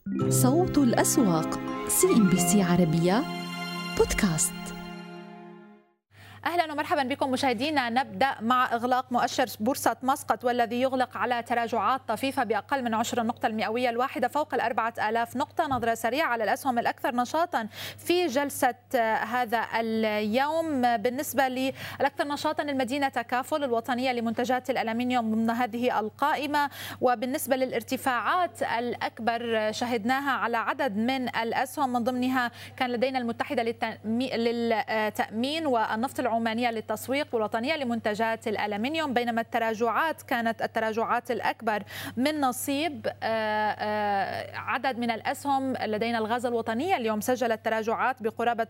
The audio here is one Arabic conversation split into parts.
صوت الأسواق CNBC عربية بودكاست. أهلا ومرحبا بكم مشاهدينا. نبدأ مع إغلاق مؤشر بورصة مسقط والذي يغلق على تراجعات طفيفة بأقل من 10 نقطة المئوية الواحدة فوق 4000 نقطة. نظرة سريعة على الأسهم الأكثر نشاطا في جلسة هذا اليوم. بالنسبة للأكثر نشاطا المدينة تكافل الوطنية لمنتجات الألمنيوم ضمن هذه القائمة. وبالنسبة للارتفاعات الأكبر شهدناها على عدد من الأسهم، من ضمنها كان لدينا المتحدة للتأمين والنفط العمانية للتسويق والوطنية لمنتجات الألمنيوم، بينما التراجعات كانت التراجعات الأكبر من نصيب عدد من الأسهم. لدينا الغاز الوطنية اليوم سجلت تراجعات بقرابة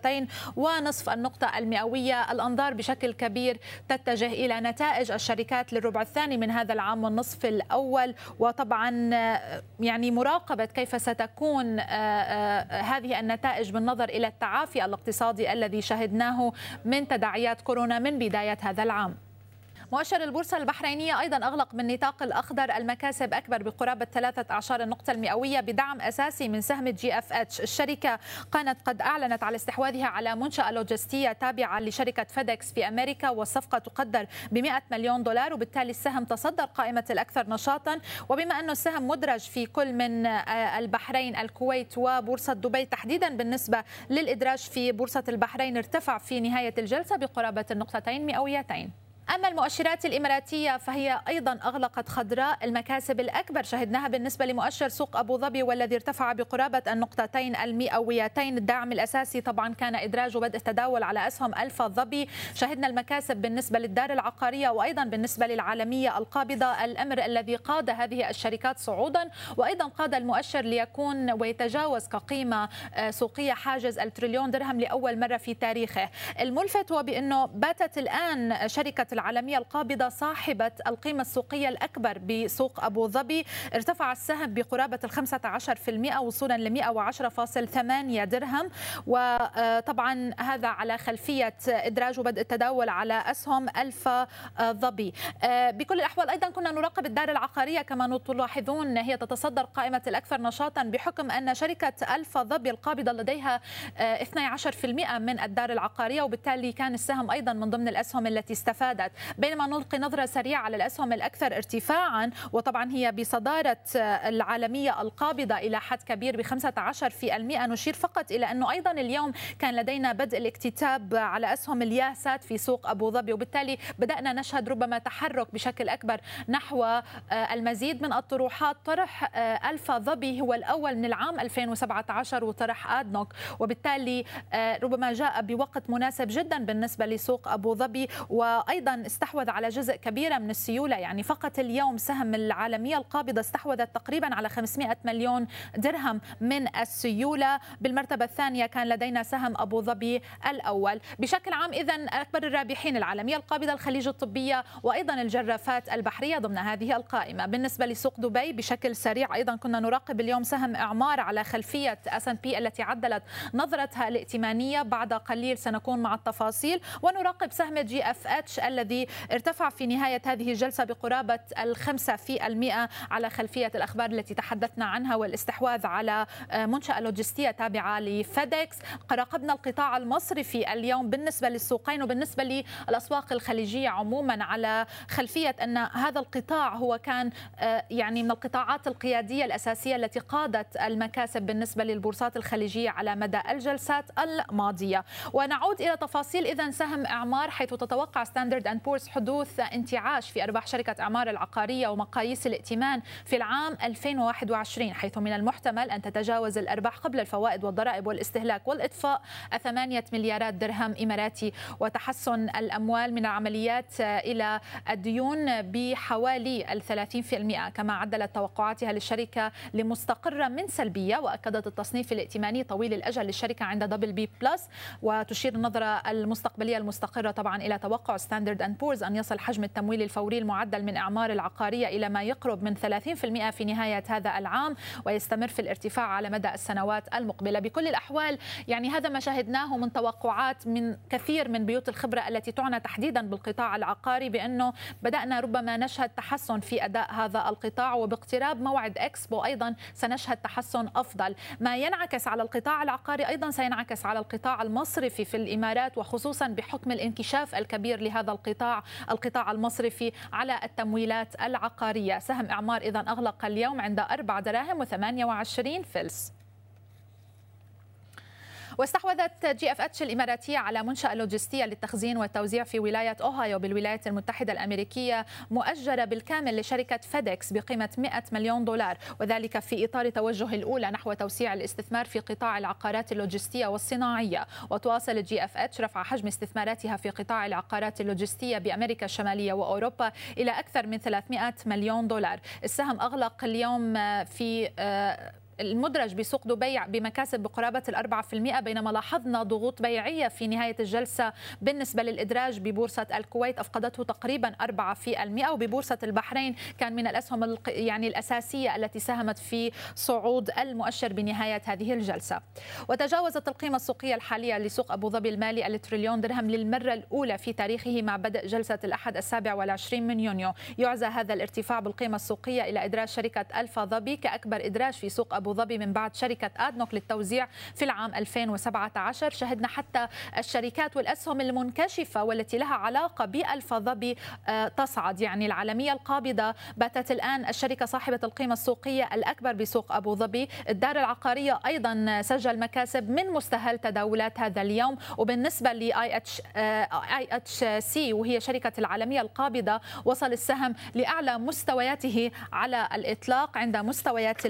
2.5 النقطة المئوية. الأنظار بشكل كبير تتجه إلى نتائج الشركات للربع الثاني من هذا العام والنصف الأول، وطبعا يعني مراقبة كيف ستكون هذه النتائج بالنظر إلى التعافي الاقتصادي الذي شهدناه من تداعيات كورونا من بداية هذا العام. مؤشر البورصة البحرينية أيضا أغلق من نطاق الأخضر، المكاسب أكبر بقرابة 13 النقطة المئوية بدعم أساسي من سهم GFH. الشركة كانت قد أعلنت على استحواذها على منشأة لوجستية تابعة لشركة فيديكس في أمريكا، والصفقة تقدر ب$100 مليون، وبالتالي السهم تصدر قائمة الأكثر نشاطا. وبما أنه السهم مدرج في كل من البحرين، الكويت وبورصة دبي تحديدا، بالنسبة للإدراج في بورصة البحرين ارتفع في نهاية الجلسة بقرابة النقطتين مئويتين. أما المؤشرات الإماراتية فهي أيضا أغلقت خضراء. المكاسب الأكبر شهدناها بالنسبة لمؤشر سوق أبو ظبي والذي ارتفع بقرابة النقطتين المئويتين. الدعم الأساسي طبعا كان إدراج وبدء التداول على أسهم ألفا ظبي. شهدنا المكاسب بالنسبة للدار العقارية وأيضا بالنسبة للعالمية القابضة، الأمر الذي قاد هذه الشركات صعودا، وأيضا قاد المؤشر ليكون ويتجاوز كقيمة سوقية حاجز $1,000,000,000 لأول مرة في تاريخه. الملفت هو بأنه باتت الآن شركة العالمية القابضة صاحبة القيمة السوقية الأكبر بسوق أبو ظبي. ارتفع السهم بقرابة 15% وصولا ل $110.8. وطبعا هذا على خلفية إدراج وبدء التداول على أسهم ألفا ظبي. بكل الأحوال أيضا كنا نراقب الدار العقارية، كما تلاحظون هي تتصدر قائمة الأكثر نشاطا بحكم أن شركة ألفا ظبي القابضة لديها 12% من الدار العقارية، وبالتالي كان السهم أيضا من ضمن الأسهم التي استفادت. بينما نلقي نظرة سريعة على الأسهم الأكثر ارتفاعا، وطبعا هي بصدارة العالمية القابضة إلى حد كبير ب15%. نشير فقط إلى أنه أيضا اليوم كان لدينا بدء الاكتتاب على أسهم الياسات في سوق أبو ظبي، وبالتالي بدأنا نشهد ربما تحرك بشكل أكبر نحو المزيد من الطروحات. طرح ألفا ظبي هو الأول من العام 2017 وطرح آدنوك، وبالتالي ربما جاء بوقت مناسب جدا بالنسبة لسوق أبو ظبي، وأيضا استحوذ على جزء كبير من السيولة. يعني فقط اليوم سهم العالمية القابضة استحوذت تقريبا على $500 مليون من السيولة. بالمرتبة الثانية كان لدينا سهم أبو ظبي الأول. بشكل عام إذن أكبر الرابحين العالمية القابضة، الخليج الطبية، وأيضا الجرافات البحرية ضمن هذه القائمة. بالنسبة لسوق دبي بشكل سريع أيضا كنا نراقب اليوم سهم إعمار على خلفية S&P التي عدلت نظرتها الائتمانية. بعد قليل سنكون مع التفاصيل. ونراقب سهم GFH الذي ارتفع في نهاية هذه الجلسة بقرابة 5% على خلفية الأخبار التي تحدثنا عنها والاستحواذ على منشأة لوجستية تابعة لفيديكس. راقبنا القطاع المصرفي اليوم بالنسبة للسوقين وبالنسبة للأسواق الخليجية عموما، على خلفية أن هذا القطاع هو كان يعني من القطاعات القيادية الأساسية التي قادت المكاسب بالنسبة للبورصات الخليجية على مدى الجلسات الماضية. ونعود إلى تفاصيل إذن سهم إعمار، حيث تتوقع ستاندرد أند بورز حدوث انتعاش في أرباح شركة إعمار العقارية ومقاييس الائتمان في العام 2021، حيث من المحتمل أن تتجاوز الأرباح قبل الفوائد والضرائب والاستهلاك والإطفاء 8 مليارات درهم إماراتي، وتحسن الأموال من العمليات إلى الديون بحوالي 30%. كما عدلت توقعاتها للشركة لمستقرة من سلبية، وأكدت التصنيف الائتماني طويل الأجل للشركة عند BB+، وتشير النظرة المستقبلية المستقرة طبعا إلى توقع ستاندرد ستاندرد أند بورز أن يصل حجم التمويل الفوري المعدل من إعمار العقارية إلى ما يقرب من 30% في نهاية هذا العام، ويستمر في الارتفاع على مدى السنوات المقبلة. بكل الأحوال يعني هذا ما شاهدناه من توقعات من كثير من بيوت الخبرة التي تعنى تحديدا بالقطاع العقاري، بأنه بدأنا ربما نشهد تحسن في أداء هذا القطاع، وباقتراب موعد إكسبو أيضا سنشهد تحسن أفضل. ما ينعكس على القطاع العقاري أيضا سينعكس على القطاع المصرفي في الإمارات، وخصوصا بحكم الانكشاف الكبير لهذا القطاع المصرفي على التمويلات العقارية. سهم إعمار إذن أغلق اليوم عند 4 دراهم و28 فلس. واستحوذت جي اف اتش الإماراتية على منشأة لوجستية للتخزين والتوزيع في ولاية أوهايو بالولايات المتحدة الأمريكية، مؤجرة بالكامل لشركة فيديكس بقيمة 100 مليون دولار، وذلك في إطار توجه الأولى نحو توسيع الاستثمار في قطاع العقارات اللوجستية والصناعية. وتواصل جي اف اتش رفع حجم استثماراتها في قطاع العقارات اللوجستية بأمريكا الشمالية وأوروبا إلى أكثر من 300 مليون دولار. السهم أغلق اليوم في المدرج بسوق دبي بمكاسب بقرابة 4%، بينما لاحظنا ضغوط بيعية في نهاية الجلسة بالنسبة للإدراج ببورصة الكويت أفقدته تقريبا 4%، وببورصة البحرين كان من الأسهم يعني الأساسية التي ساهمت في صعود المؤشر بنهاية هذه الجلسة. وتجاوزت القيمة السوقية الحالية لسوق أبو ظبي المالي التريليون درهم للمرة الأولى في تاريخه مع بدء جلسة الأحد 27 من يونيو. يعزى هذا الارتفاع بالقيمة السوقية إلى إدراج شركة ألفا ظبي كأكبر إدراج في سوق أبو ظبي من بعد شركة آدنوك للتوزيع في العام 2017. شهدنا حتى الشركات والأسهم المنكشفة والتي لها علاقة بألفا ظبي تصعد، يعني العالمية القابضة باتت الآن الشركة صاحبة القيمة السوقية الأكبر بسوق أبو ظبي. الدار العقارية أيضا سجل مكاسب من مستهل تداولات هذا اليوم. وبالنسبة ل IHC وهي شركة العالمية القابضة، وصل السهم لأعلى مستوياته على الإطلاق عند مستويات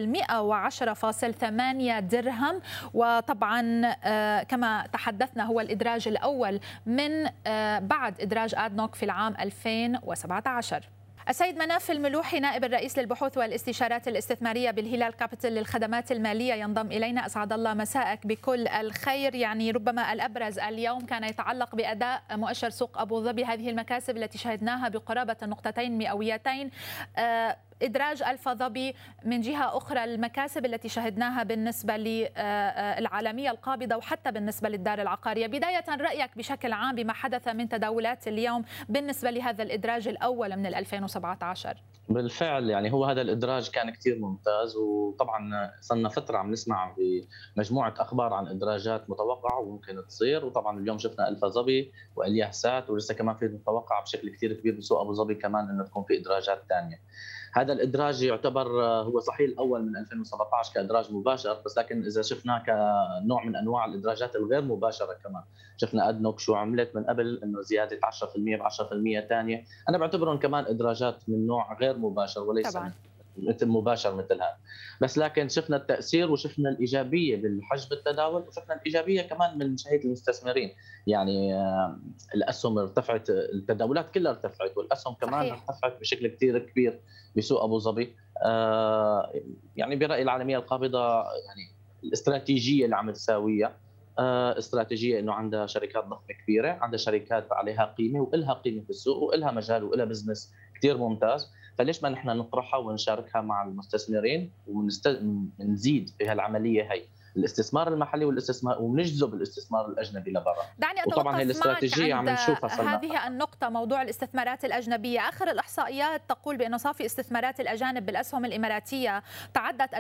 110.8 درهم. وطبعا كما تحدثنا هو الإدراج الأول من بعد إدراج آدنوك في العام 2017. السيد مناف الملوحي نائب الرئيس للبحوث والاستشارات الاستثمارية بالهلال كابيتال للخدمات المالية ينضم إلينا. أسعد الله مساءك بكل الخير. يعني ربما الأبرز اليوم كان يتعلق بأداء مؤشر سوق أبو ظبي، هذه المكاسب التي شهدناها بقرابة النقطتين مئويتين. إدراج ألفا ظبي من جهة أخرى، المكاسب التي شهدناها بالنسبة للعالمية القابضة وحتى بالنسبة للدار العقارية. بداية رأيك بشكل عام بما حدث من تداولات اليوم بالنسبة لهذا الإدراج الأول من 2017. بالفعل يعني هو هذا الإدراج كان كثير ممتاز، وطبعا صرنا فترة عم نسمع بمجموعة أخبار عن إدراجات متوقعة وممكن تصير، وطبعا اليوم شفنا ألفا ظبي والياسات، ولسه كمان في متوقع بشكل كثير كبير بسوق أبو ظبي كمان إنه تكون في إدراجات ثانية. هذا الإدراج يعتبر هو صحيح الأول من 2017 كإدراج مباشر، بس لكن إذا شفناه كنوع من أنواع الإدراجات الغير مباشرة كمان، شفنا أدنوك شو عملت من قبل إنه زيادة 10% ب 10% ثانية، أنا بعتبرهم كمان إدراجات من نوع غير مباشر وليس طبعا مثل مباشر مثل هذا. بس لكن شفنا التأثير وشفنا الإيجابية بالحجم التداول، وشفنا الإيجابية كمان من شهية المستثمرين. يعني الأسهم ارتفعت، التداولات كلها ارتفعت، والأسهم كمان صحيح. ارتفعت بشكل كثير كبير بسوق أبو ظبي. يعني برأي العالمية القابضة يعني الاستراتيجية اللي عم تساويها استراتيجية إنه عندها شركات ضخمة كبيرة، عندها شركات عليها قيمة وإلها قيمة في السوق وإلها مجال وإلها بزنس كثير ممتاز، فليش ما نحن نطرحها ونشاركها مع المستثمرين ونزيد في هالعملية هي الاستثمار المحلي والاستثمار، ونجذب الاستثمار الاجنبي لبرا. دعني اتوقف وطبعا هي الاستراتيجيه عم نشوفها هذه النقطه، موضوع الاستثمارات الاجنبيه. اخر الاحصائيات تقول بان صافي استثمارات الاجانب بالاسهم الاماراتيه تعدت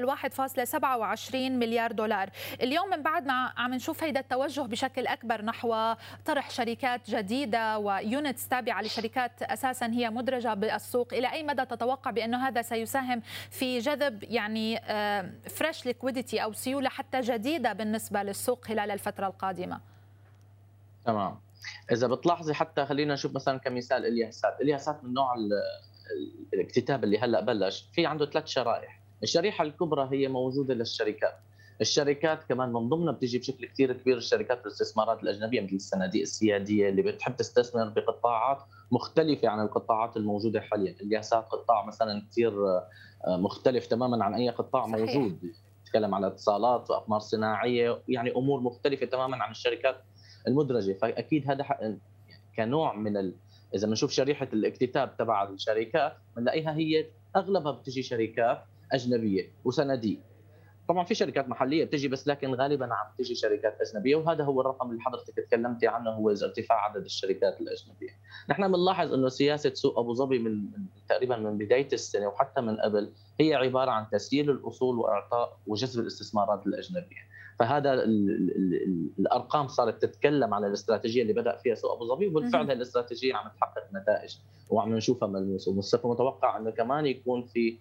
1.27 مليار دولار. اليوم من بعد ما عم نشوف هيدا التوجه بشكل اكبر نحو طرح شركات جديده ويونتس تابعه لشركات اساسا هي مدرجه بالسوق، الى اي مدى تتوقع بانه هذا سيساهم في جذب يعني فريش ليكويديتي او سيوله حتى جديدة بالنسبة للسوق خلال الفترة القادمة؟ تمام. إذا بتلاحظي حتى خلينا نشوف مثلا كمثال الياسات من نوع الاكتتاب اللي هلا بلش في عنده 3 شرائح. الشريحة الكبرى هي موجودة للشركات، الشركات كمان من ضمنها بتيجي بشكل كثير كبير الشركات الاستثمارات الأجنبية مثل الصناديق السيادية اللي بتحب تستثمر بقطاعات مختلفة عن القطاعات الموجودة حاليا. الياسات قطاع مثلا كثير مختلف تماما عن أي قطاع صحيح. موجود، نتكلم على اتصالات واقمار صناعيه، يعني امور مختلفه تماما عن الشركات المدرجه. فاكيد هذا كنوع من اذا بنشوف شريحه الاكتتاب تبع الشركات بنلاقيها هي اغلبها بتجي شركات اجنبيه وسنديه. طبعا في شركات محليه بتجي بس لكن غالبا عم تجي شركات اجنبيه، وهذا هو الرقم اللي حضرتك تكلمتي عنه، هو ارتفاع عدد الشركات الاجنبيه. نحن بنلاحظ انه سياسه سوق ابو ظبي من تقريبا من بدايه السنه وحتى من قبل هي عباره عن تسييل الاصول واعطاء وجذب الاستثمارات الاجنبيه. فهذا الارقام صارت تتكلم عن الاستراتيجيه اللي بدا فيها سوق ابو ظبي، وبالفعل الاستراتيجيه عم تحقق نتائج وعم نشوفها ملموسه، ومتوقع انه كمان يكون في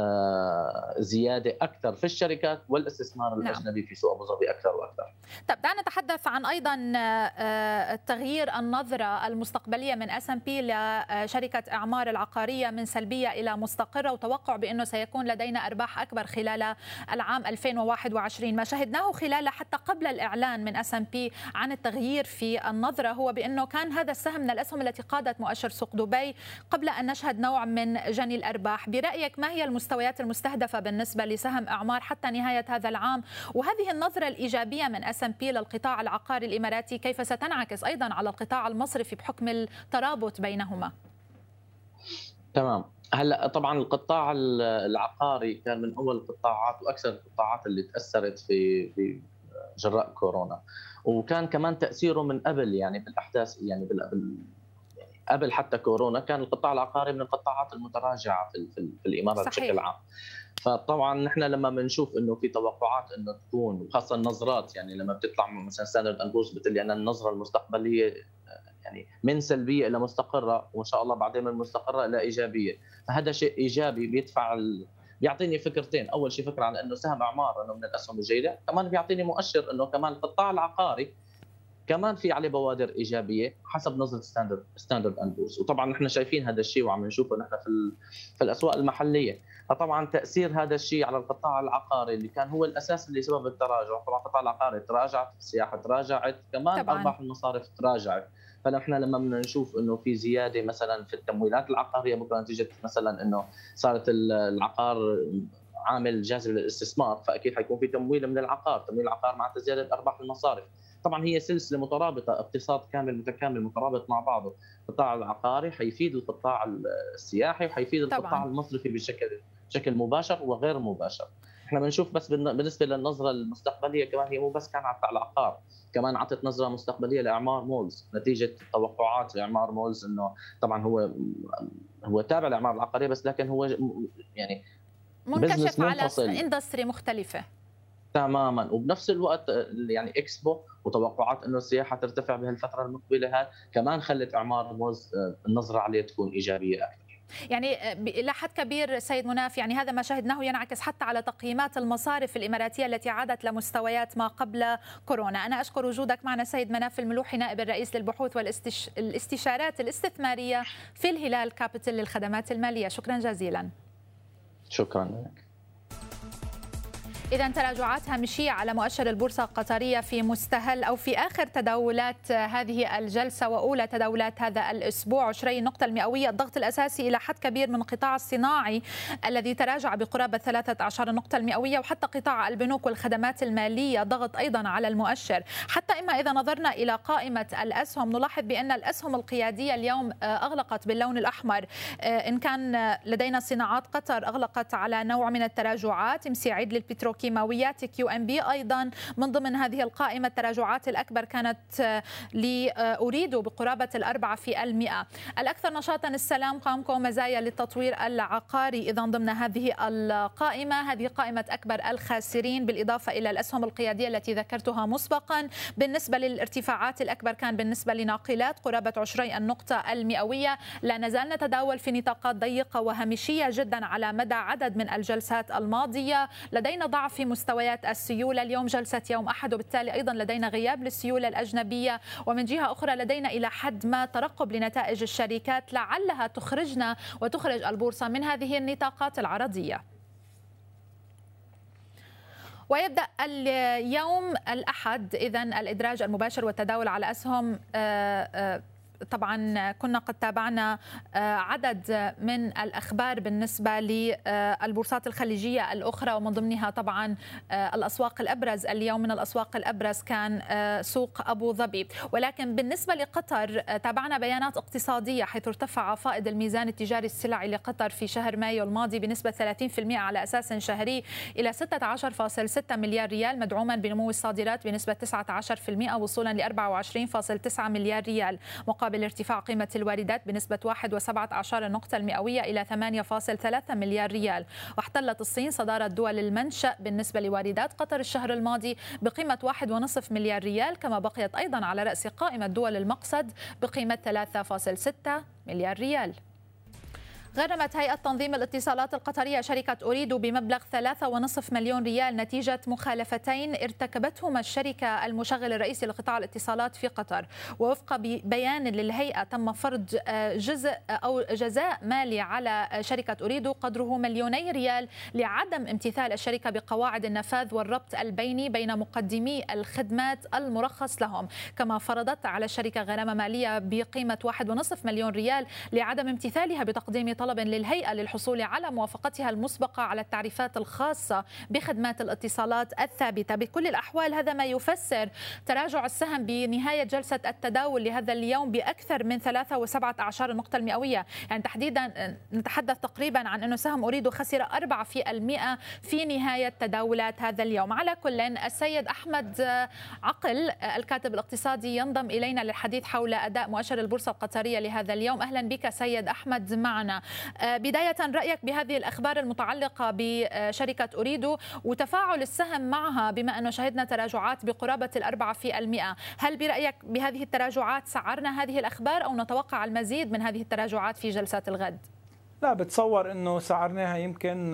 زياده اكثر في الشركات والاستثمار الاجنبي في سوق ابو ظبي اكثر واكثر. طب دعنا نتحدث عن ايضا تغيير النظره المستقبليه من S&P لشركه اعمار العقاريه من سلبيه الى مستقره، وتوقع بانه سيكون لدينا ارباح اكبر خلال العام 2021. ما شهدناه خلال حتى قبل الاعلان من S&P عن التغيير في النظره هو بانه كان هذا السهم من الاسهم التي قادت مؤشر سوق دبي قبل ان نشهد نوع من جني الارباح. برايك ما هي المستويات المستهدفه بالنسبه لسهم اعمار حتى نهايه هذا العام؟ وهذه النظره الايجابيه من S&P للقطاع العقاري الاماراتي كيف ستنعكس ايضا على القطاع المصرفي بحكم الترابط بينهما؟ تمام. هلا طبعا القطاع العقاري كان من اول القطاعات واكثر القطاعات اللي تاثرت في جراء كورونا، وكان كمان تاثيره من قبل، يعني بالاحداث، يعني قبل حتى كورونا كان القطاع العقاري من القطاعات المتراجعه في الامارات بشكل عام. فطبعا نحن لما بنشوف انه في توقعات انه تكون، وخاصه النظرات، يعني لما بتطلع مثلا ستاندرد اند بورز بتقول لي ان النظره المستقبليه يعني من سلبيه الى مستقره، وان شاء الله بعدين من مستقره الى ايجابيه، فهذا شيء ايجابي بيدفع بيعطيني فكرتين. اول شيء فكره عن انه سهم اعمار انه من الاسهم الجيده، كمان بيعطيني مؤشر انه كمان القطاع العقاري كمان في عليه بوادر ايجابيه حسب نظره ستاندرد اند بورز. وطبعا نحن شايفين هذا الشيء وعم نشوفه نحن في الاسواق المحليه. فطبعا تاثير هذا الشيء على القطاع العقاري اللي كان هو الاساس اللي سبب التراجع، طبعا القطاع العقاري تراجعت، السياحه تراجعت، كمان طبعاً ارباح المصارف تراجعت. فنحن لما بدنا نشوف انه في زياده مثلا في التمويلات العقاريه بكره نتيجه مثلا انه صارت العقار عامل جاذب للاستثمار، فاكيد حيكون في تمويل من العقار، تمويل العقار مع زياده ارباح المصارف. طبعا هي سلسله مترابطه، اقتصاد كامل متكامل مترابط مع بعضه. القطاع العقاري حيفيد القطاع السياحي وحيفيد القطاع المصرفي بشكل مباشر وغير مباشر. احنا بنشوف بس بالنسبه للنظره المستقبليه كمان، هي مو بس كان على العقار، كمان عطت نظره مستقبليه لاعمار مولز نتيجه توقعات لاعمار مولز، انه طبعا هو تابع لاعمار العقاريه بس لكن هو يعني منكشف على اندستري مختلفه تماما. وبنفس الوقت يعني اكسبو وتوقعات انه السياحه ترتفع بهالفتره المقبله هذه كمان خلت اعمار مولز النظره عليه تكون ايجابيه اكثر. يعني إلى حد كبير سيد مناف، يعني هذا ما شاهدناه ينعكس حتى على تقييمات المصارف الإماراتية التي عادت لمستويات ما قبل كورونا. أنا أشكر وجودك معنا سيد مناف الملوحي، نائب الرئيس للبحوث والاستشارات الاستثمارية في الهلال كابيتال للخدمات المالية. شكرا جزيلا. شكرا لك. إذا تراجعات هامشية على مؤشر البورصة القطرية في مستهل أو في آخر تداولات هذه الجلسة وأولى تداولات هذا الأسبوع 20 نقطة المئوية. الضغط الأساسي إلى حد كبير من القطاع الصناعي الذي تراجع بقرابة 13 نقطة المئوية، وحتى قطاع البنوك والخدمات المالية ضغط أيضا على المؤشر. حتى إما إذا نظرنا إلى قائمة الأسهم نلاحظ بأن الأسهم القيادية اليوم أغلقت باللون الأحمر. إن كان لدينا صناعات قطر أغلقت على نوع من التراجعات، مساعد للبترو كيماويات QNB أيضا من ضمن هذه القائمة. التراجعات الأكبر كانت لأوريدو بقرابة 4%. الأكثر نشاطا السلام قامكو مزايا للتطوير العقاري إذا ضمن هذه القائمة. هذه قائمة أكبر الخاسرين بالإضافة إلى الأسهم القيادية التي ذكرتها مسبقا. بالنسبة للارتفاعات الأكبر كان بالنسبة لناقلات قرابة 20 النقطة المئوية. لا نزال نتداول في نطاقات ضيقة وهامشية جدا على مدى عدد من الجلسات الماضية. لدينا ضعف في مستويات السيولة، اليوم جلسة يوم أحد وبالتالي أيضا لدينا غياب للسيولة الأجنبية. ومن جهة أخرى لدينا إلى حد ما ترقب لنتائج الشركات لعلها تخرجنا وتخرج البورصة من هذه النطاقات العرضية. ويبدأ اليوم الأحد إذن الإدراج المباشر والتداول على أسهم طبعا كنا قد تابعنا عدد من الأخبار بالنسبة للبورصات الخليجية الأخرى، ومن ضمنها طبعا الأسواق الأبرز اليوم. من الأسواق الأبرز كان سوق أبو ظبي. ولكن بالنسبة لقطر تابعنا بيانات اقتصادية، حيث ارتفع فائض الميزان التجاري السلعي لقطر في شهر مايو الماضي بنسبة 30% على أساس شهري إلى 16.6 مليار ريال، مدعوما بنمو الصادرات بنسبة 19% وصولا ل 24.9 مليار ريال، مقابل ارتفاع قيمة الواردات بنسبة 1.17 نقطة المئوية إلى 8.3 مليار ريال. واحتلت الصين صدارة دول المنشأ بالنسبة لواردات قطر الشهر الماضي بقيمة 1.5 مليار ريال، كما بقيت أيضا على رأس قائمة دول المقصد بقيمة 3.6 مليار ريال. غرمت هيئة تنظيم الاتصالات القطرية شركة أوريدو بمبلغ 3.5 مليون ريال نتيجة مخالفتين ارتكبتهما الشركة المشغل الرئيسي لقطاع الاتصالات في قطر. ووفق بيان للهيئة تم فرض جزء أو جزاء مالي على شركة أوريدو قدره 2 مليون ريال لعدم امتثال الشركة بقواعد النفاذ والربط البيني بين مقدمي الخدمات المرخص لهم. كما فرضت على الشركة غرامة مالية بقيمة 1.5 مليون ريال لعدم امتثالها بتقديم طلب للهيئة للحصول على موافقتها المسبقة على التعريفات الخاصة بخدمات الاتصالات الثابتة. بكل الأحوال هذا ما يفسر تراجع السهم بنهاية جلسة التداول لهذا اليوم بأكثر من 3.17 نقطة المئوية. يعني تحديدا نتحدث تقريبا عن أنه سهم أوريدو خسر 4% في نهاية تداولات هذا اليوم. على كل، السيد أحمد عقل الكاتب الاقتصادي ينضم إلينا للحديث حول أداء مؤشر البورصة القطرية لهذا اليوم. أهلا بك سيد أحمد معنا. بداية رأيك بهذه الأخبار المتعلقة بشركة أوريدو وتفاعل السهم معها، بما أنه شهدنا تراجعات بقرابة 4%. هل برأيك بهذه التراجعات سعرنا هذه الأخبار أو نتوقع المزيد من هذه التراجعات في جلسات الغد؟ لا، بتصور أنه سعرناها يمكن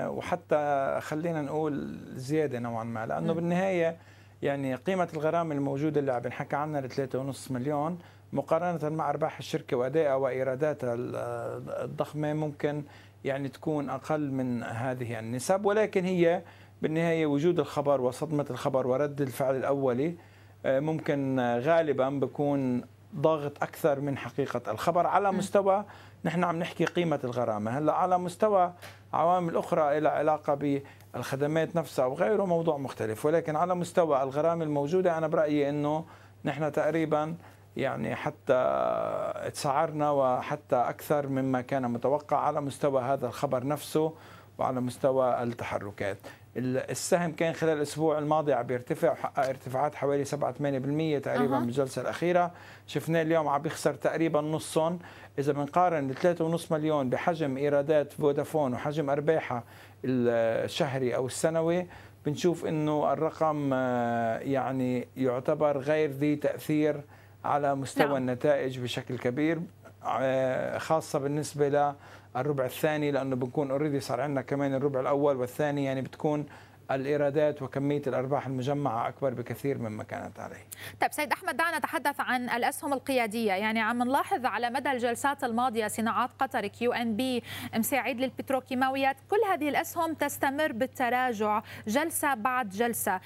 وحتى خلينا نقول زيادة نوعا ما، لأنه بالنهاية يعني قيمة الغرامة الموجودة اللي عم بنحكي عنها ل 3.5 مليون مقارنة مع أرباح الشركة وأدائها وإيراداتها الضخمة ممكن يعني تكون أقل من هذه النسب، ولكن هي بالنهاية وجود الخبر وصدمة الخبر ورد الفعل الأولي ممكن غالبا بيكون ضاغط أكثر من حقيقة الخبر على مستوى نحن عم نحكي قيمة الغرامة. هلا على مستوى عوامل أخرى لها علاقة بالخدمات نفسها وغيره موضوع مختلف، ولكن على مستوى الغرامة الموجودة أنا برأيي أنه نحن تقريبا يعني حتى تسعرنا وحتى أكثر مما كان متوقع على مستوى هذا الخبر نفسه وعلى مستوى التحركات. السهم كان خلال الأسبوع الماضي عم يرتفع وحقق ارتفاعات حوالي 7-8% تقريبا بالجلسة الأخيرة. شفناه اليوم عم بيخسر تقريبا نصهم. إذا بنقارن 3.5 مليون بحجم إيرادات فودافون وحجم أرباحها الشهري أو السنوي بنشوف إنه الرقم يعني يعتبر غير ذي تأثير على مستوى النتائج بشكل كبير، خاصة بالنسبة للربع الثاني، لأنه بنكون اوريدي صار عندنا كمان الربع الأول والثاني، يعني بتكون الإيرادات وكمية الأرباح المجمعة أكبر بكثير مما كانت عليه. طيب سيد أحمد، دعنا نتحدث عن الأسهم القيادية. يعني عم نلاحظ على مدى الجلسات الماضية صناعات قطر، QNB، مساعد للبتروكيماويات، كل هذه الأسهم تستمر بالتراجع جلسة بعد جلسة.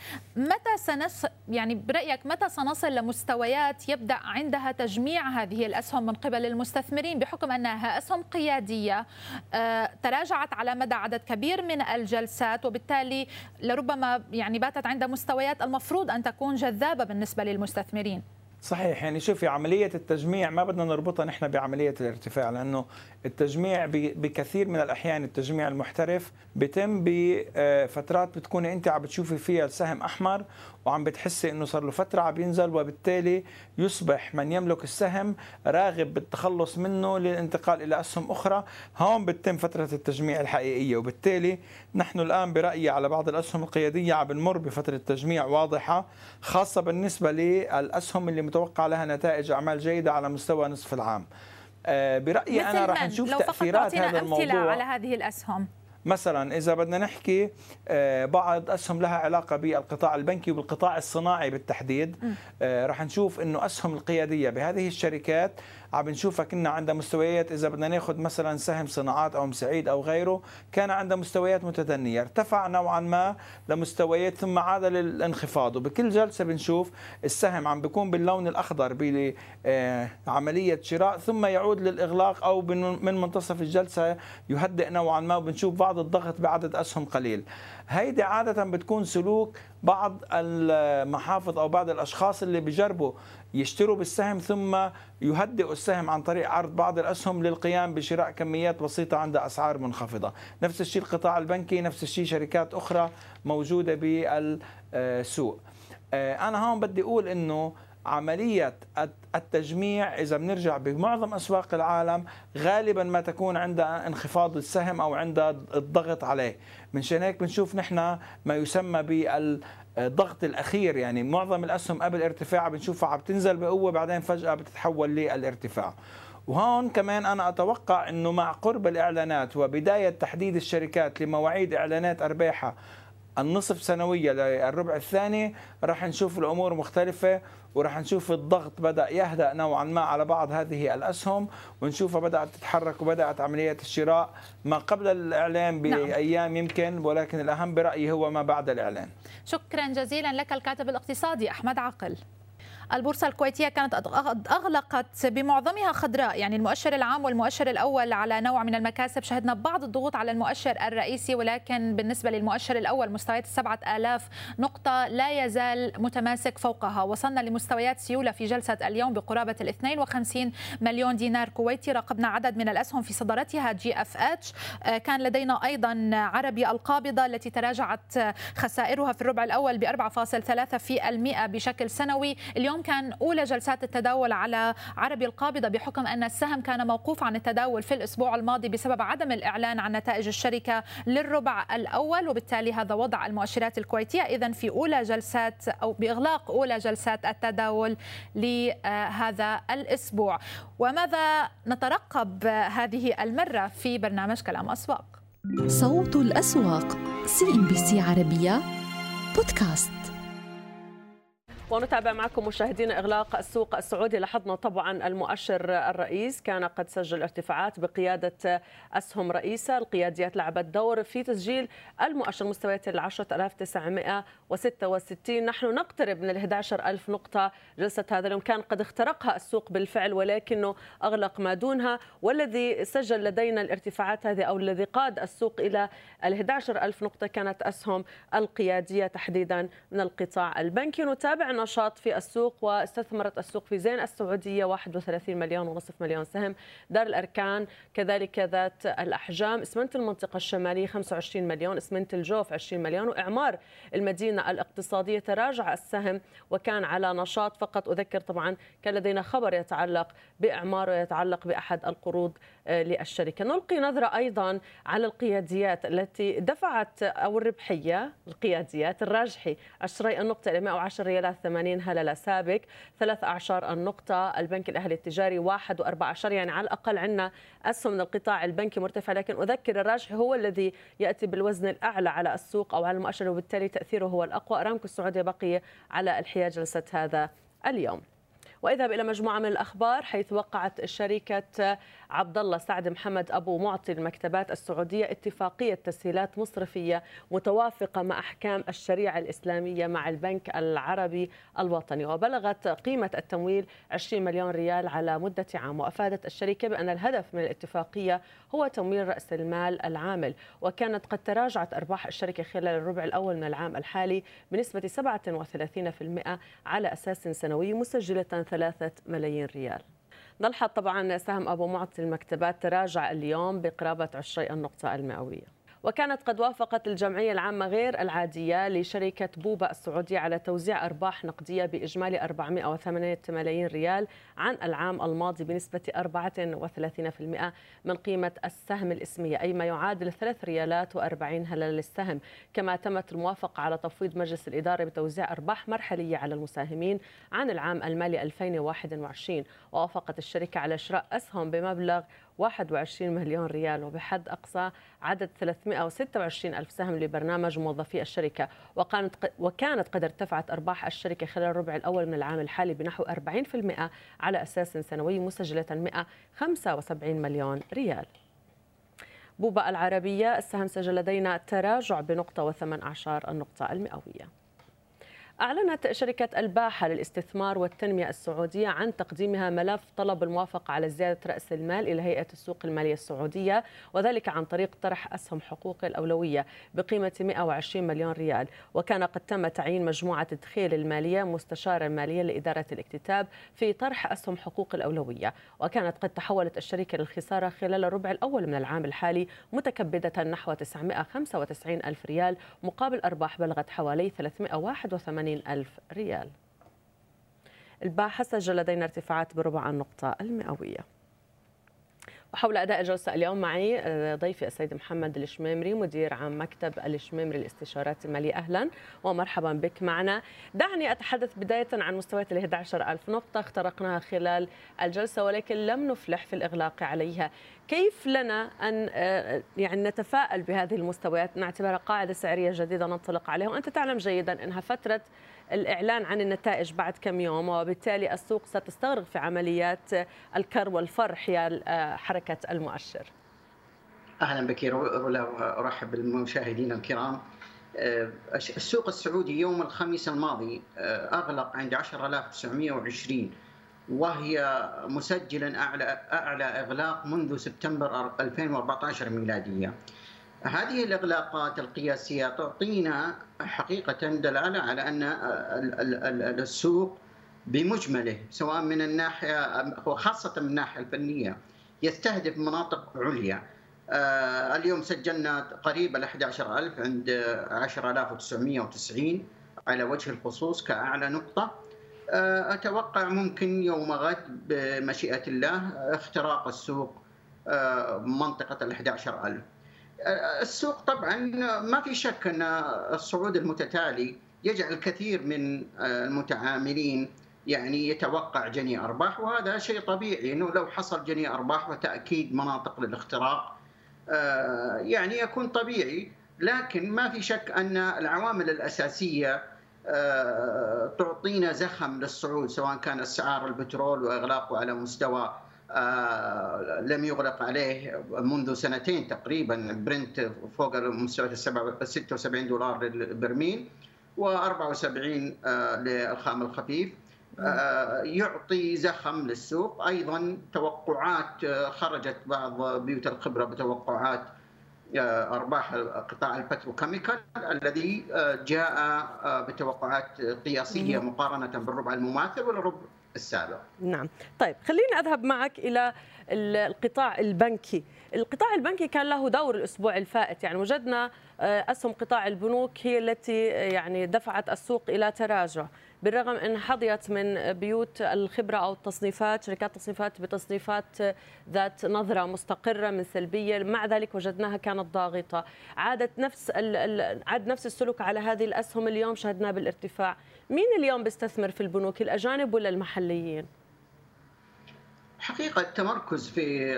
يعني برأيك متى سنصل لمستويات يبدأ عندها تجميع هذه الأسهم من قبل المستثمرين، بحكم أنها أسهم قيادية تراجعت على مدى عدد كبير من الجلسات، وبالتالي لربما يعني باتت عند مستويات المفروض أن تكون جذابة بالنسبة للمستثمرين؟ صحيح. يعني شوفي، عملية التجميع ما بدنا نربطها نحن بعملية الارتفاع، لأنه التجميع بكثير من الأحيان التجميع المحترف بيتم بفترات بتكون أنت عم بتشوفي فيها السهم أحمر وعم بتحسي أنه صار له فترة عم ينزل، وبالتالي يصبح من يملك السهم راغب بالتخلص منه للانتقال إلى أسهم أخرى. هون بتتم فترة التجميع الحقيقية، وبالتالي نحن الآن برأيي على بعض الأسهم القيادية عم بنمر بفترة تجميع واضحة، خاصة بالنسبة للأسهم اللي متوقع لها نتائج أعمال جيدة على مستوى نصف العام. برأيي أنا راح نشوف تأثيرات هذا الموضوع على هذه الأسهم. مثلا إذا بدنا نحكي بعض أسهم لها علاقة بالقطاع البنكي وبالقطاع الصناعي بالتحديد، رح نشوف إنه أسهم القيادية بهذه الشركات عم نشوفها كنا عندها مستويات. إذا بدنا ناخذ مثلا سهم صناعات أو مسعيد أو غيره، كان عندها مستويات متدنية، ارتفع نوعا ما لمستويات ثم عاد للانخفاض، وبكل جلسة بنشوف السهم عم بيكون باللون الأخضر بعملية شراء ثم يعود للإغلاق أو من منتصف الجلسة يهدئ نوعا ما، وبنشوف بعض الضغط بعدد أسهم قليل. هيدي عادة بتكون سلوك بعض المحافظ أو بعض الأشخاص اللي بيجربوا يشتروا بالسهم ثم يهدئوا السهم عن طريق عرض بعض الأسهم للقيام بشراء كميات بسيطة عند أسعار منخفضة. نفس الشيء القطاع البنكي، نفس الشيء شركات أخرى موجودة بالسوق. أنا هون بدي أقول إنه عملية التجميع إذا بنرجع بمعظم أسواق العالم غالبا ما تكون عندها انخفاض السهم أو عندها الضغط عليه. من شان هيك بنشوف نحن ما يسمى بالضغط الأخير، يعني معظم الأسهم قبل ارتفاعها بنشوفها عم تنزل بقوة بعدين فجأة بتتحول للارتفاع. وهون كمان أنا أتوقع أنه مع قرب الإعلانات وبداية تحديد الشركات لمواعيد إعلانات أرباحها النصف سنوية للربع الثاني راح نشوف الأمور مختلفة، وراح نشوف الضغط بدأ يهدأ نوعا ما على بعض هذه الأسهم، ونشوفها بدأت تتحرك وبدأت عمليات الشراء ما قبل الإعلان بأيام يمكن، ولكن الأهم برأيي هو ما بعد الإعلان. شكرا جزيلا لك الكاتب الاقتصادي أحمد عقل. البورصة الكويتية كانت أغلقت بمعظمها خضراء، يعني المؤشر العام والمؤشر الأول على نوع من المكاسب. شهدنا بعض الضغوط على المؤشر الرئيسي، ولكن بالنسبة للمؤشر الأول مستويات 7000 نقطة لا يزال متماسك فوقها. وصلنا لمستويات سيولة في جلسة اليوم بقرابة 52 مليون دينار كويتي. راقبنا عدد من الأسهم في صدارتها GFH. كان لدينا أيضا عربي القابضة التي تراجعت خسائرها في الربع الأول ب 4.3% بشكل سنوي. اليوم كان أولى جلسات التداول على عربي القابضة بحكم أن السهم كان موقوف عن التداول في الأسبوع الماضي بسبب عدم الإعلان عن نتائج الشركة للربع الأول، وبالتالي هذا وضع المؤشرات الكويتية إذن في أولى جلسات أو بإغلاق أولى جلسات التداول لهذا الأسبوع. وماذا نترقب هذه المرة في برنامج كلام أسواق؟ صوت الأسواق CNBC عربية بودكاست. ونتابع معكم مشاهدينا إغلاق السوق السعودي. لاحظنا طبعا المؤشر الرئيس كان قد سجل ارتفاعات بقيادة أسهم رئيسة. القياديات لعبت دور في تسجيل المؤشر مستويات 10966. نحن نقترب من 11000 نقطة. جلسة هذا اليوم كان قد اخترقها السوق بالفعل ولكنه أغلق ما دونها، والذي سجل لدينا الارتفاعات هذه أو الذي قاد السوق إلى 11000 نقطة كانت أسهم القيادية تحديدا من القطاع البنكي. نتابع نشاط في السوق، واستثمرت السوق في زين السعودية 31.5 مليون سهم، دار الأركان كذلك ذات الأحجام، اسمنت المنطقة الشمالية 25 مليون، اسمنت الجوف 20 مليون، وإعمار المدينة الاقتصادية تراجع السهم وكان على نشاط. فقط أذكر طبعا كان لدينا خبر يتعلق بإعمار ويتعلق بأحد القروض للشركة. نلقي نظرة أيضا على القياديات التي دفعت أو الربحية. القياديات الراجحي 20 النقطة إلى 110 ريالات 80 هللة سابق، 13 النقطة. البنك الأهلي التجاري 1.14، يعني على الأقل عندنا أسهم من القطاع البنكي مرتفع، لكن أذكر الراجحي هو الذي يأتي بالوزن الأعلى على السوق أو على المؤشر وبالتالي تأثيره هو الأقوى. أرامكو السعودية بقي على الحياد جلسة هذا اليوم. وإذهب إلى مجموعة من الأخبار، حيث وقعت شركة عبد الله سعد محمد أبو معطي المكتبات السعودية اتفاقية تسهيلات مصرفية متوافقة مع أحكام الشريعة الإسلامية مع البنك العربي الوطني، وبلغت قيمة التمويل 20 مليون ريال على مدة عام. وأفادت الشركة بأن الهدف من الاتفاقية هو تمويل رأس المال العامل، وكانت قد تراجعت أرباح الشركة خلال الربع الأول من العام الحالي بنسبة 37% على أساس سنوي، مسجلة 3 ملايين ريال. نلحظ طبعا سهم أبو معطي المكتبات تراجع اليوم بقرابة 20 النقطة المئوية. وكانت قد وافقت الجمعية العامة غير العادية لشركة بوبا السعودية على توزيع أرباح نقدية بإجمالي 408 ملايين ريال عن العام الماضي بنسبة 34% من قيمة السهم الإسمية، أي ما يعادل 3 ريالات و40 هللة للسهم. كما تمت الموافقة على تفويض مجلس الإدارة بتوزيع أرباح مرحلية على المساهمين عن العام المالي 2021. ووافقت الشركة على شراء أسهم بمبلغ 21 مليون ريال، وبحد أقصى عدد 326 ألف سهم لبرنامج موظفي الشركة. وكانت قد ارتفعت أرباح الشركة خلال الربع الأول من العام الحالي بنحو 40% على أساس سنوي، مسجلة 175 مليون ريال. بوبا العربية، السهم سجل لدينا تراجع بنقطة و18 النقطة المئوية. أعلنت شركة الباحة للاستثمار والتنمية السعودية عن تقديمها ملف طلب الموافقة على زيادة رأس المال إلى هيئة السوق المالية السعودية، وذلك عن طريق طرح أسهم حقوق الأولوية بقيمة 120 مليون ريال. وكان قد تم تعيين مجموعة دخيل المالية مستشارا ماليا لإدارة الاكتتاب في طرح أسهم حقوق الأولوية. وكانت قد تحولت الشركة للخسارة خلال الربع الأول من العام الحالي، متكبدة نحو 995 ألف ريال مقابل أرباح بلغت حوالي 381 ألف ريال. الباحة سجل لدينا ارتفاعات بربع النقطة المئوية. وحول أداء الجلسة اليوم معي ضيفي السيد محمد الشميمري، مدير عام مكتب الشميمري للاستشارات المالية. أهلا ومرحبا بك معنا. دعني أتحدث بداية عن مستويات 11,000 نقطة اخترقناها خلال الجلسة ولكن لم نفلح في الإغلاق عليها. كيف لنا أن يعني نتفائل بهذه المستويات، نعتبرها قاعدة سعرية جديدة ننطلق عليها، وأنت تعلم جيدا أنها فترة الإعلان عن النتائج بعد كم يوم، وبالتالي السوق ستستغرق في عمليات الكر والفر حيال حركة المؤشر. أهلا بك رولا، وأرحب بالمشاهدين الكرام. السوق السعودي يوم الخميس الماضي أغلق عند 10,920، وهي مسجلا أعلى إغلاق منذ سبتمبر 2014 ميلادية. هذه الإغلاقات القياسية تعطينا حقيقة دلالة على أن السوق بمجمله سواء من الناحية وخاصة من الناحية الفنية يستهدف مناطق عليا. اليوم سجلنا قريب 11,000 عند 10,990 على وجه الخصوص كأعلى نقطة. أتوقع ممكن يوم غد بمشيئة الله اختراق السوق منطقة 11,000. السوق طبعا ما في شك أن الصعود المتتالي يجعل الكثير من المتعاملين يعني يتوقع جني أرباح، وهذا شيء طبيعي أنه لو حصل جني أرباح وتأكيد مناطق للاختراق يعني يكون طبيعي. لكن ما في شك أن العوامل الأساسية تعطينا زخم للصعود، سواء كان اسعار البترول واغلاقه على مستوى لم يغلق عليه منذ سنتين تقريبا، برنت فوق مستوى 76 دولار للبرميل و74 للخام الخفيف، يعطي زخم للسوق. ايضا توقعات خرجت بعض بيوت الخبره بتوقعات أرباح قطاع البتروكيميكال الذي جاء بتوقعات قياسية مقارنة بالربع المماثل والربع السابق. نعم. طيب خليني أذهب معك إلى القطاع البنكي. القطاع البنكي كان له دور الأسبوع الفائت، يعني وجدنا أسهم قطاع البنوك هي التي يعني دفعت السوق إلى تراجع، بالرغم أن حظيت من بيوت الخبرة أو التصنيفات، شركات تصنيفات بتصنيفات ذات نظرة مستقرة من سلبية، مع ذلك وجدناها كانت ضاغطة. عاد نفس السلوك على هذه الأسهم اليوم شهدنا بالارتفاع. مين اليوم بيستثمر في البنوك، الأجانب ولا المحليين؟ حقيقة التمركز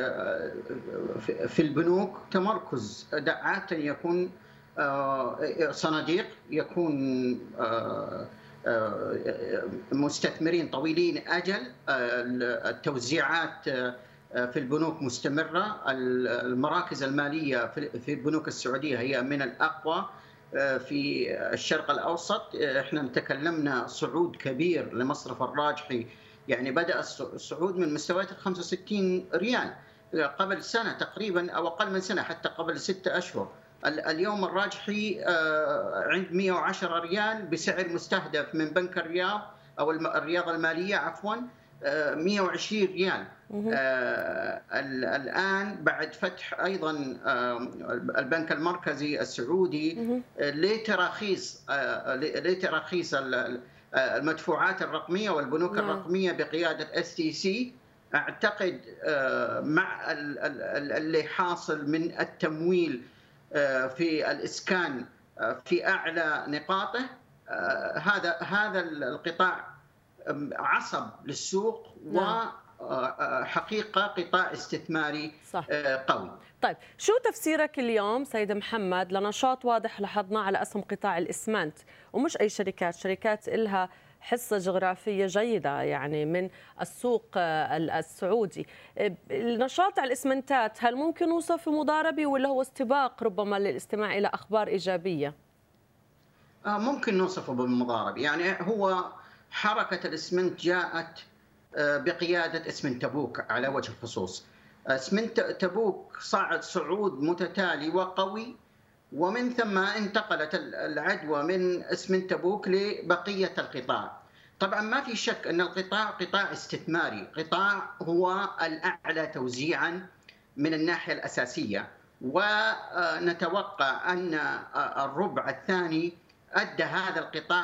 في البنوك تمركز عادة يكون صناديق، يكون مستثمرين طويلين أجل. التوزيعات في البنوك مستمرة. المراكز المالية في البنوك السعودية هي من الأقوى في الشرق الأوسط. احنا تكلمنا صعود كبير لمصرف الراجحي، يعني بدأ الصعود من مستويات 65 ريال قبل سنة تقريبا أو أقل من سنة، حتى قبل 6 أشهر. اليوم الراجحي عند 110 ريال بسعر مستهدف من بنك الرياض أو الرياض المالية عفوا 120 ريال. الآن بعد فتح أيضا البنك المركزي السعودي لتراخيص المدفوعات الرقمية والبنوك الرقمية بقيادة STC، أعتقد مع اللي حاصل من التمويل في الإسكان في أعلى نقاطه، هذا القطاع عصب للسوق حقيقة قطاع استثماري صح. قوي. طيب شو تفسيرك اليوم سيد محمد لنشاط واضح لاحظناه على أسهم قطاع الإسمنت، ومش أي شركات إلها حصة جغرافية جيدة يعني من السوق السعودي. النشاط على الإسمنتات هل ممكن يوصف في مضاربة ولا هو استباق ربما للاستماع إلى أخبار إيجابية؟ ممكن نوصفه بالمضاربة. يعني هو حركة الإسمنت جاءت بقيادة إسمنت تبوك على وجه الخصوص. إسمنت تبوك صعد صعود متتالي وقوي، ومن ثم انتقلت العدوى من إسمنت تبوك لبقية القطاع. طبعا ما في شك أن القطاع قطاع استثماري، قطاع هو الأعلى توزيعا من الناحية الأساسية، ونتوقع أن الربع الثاني أدى هذا القطاع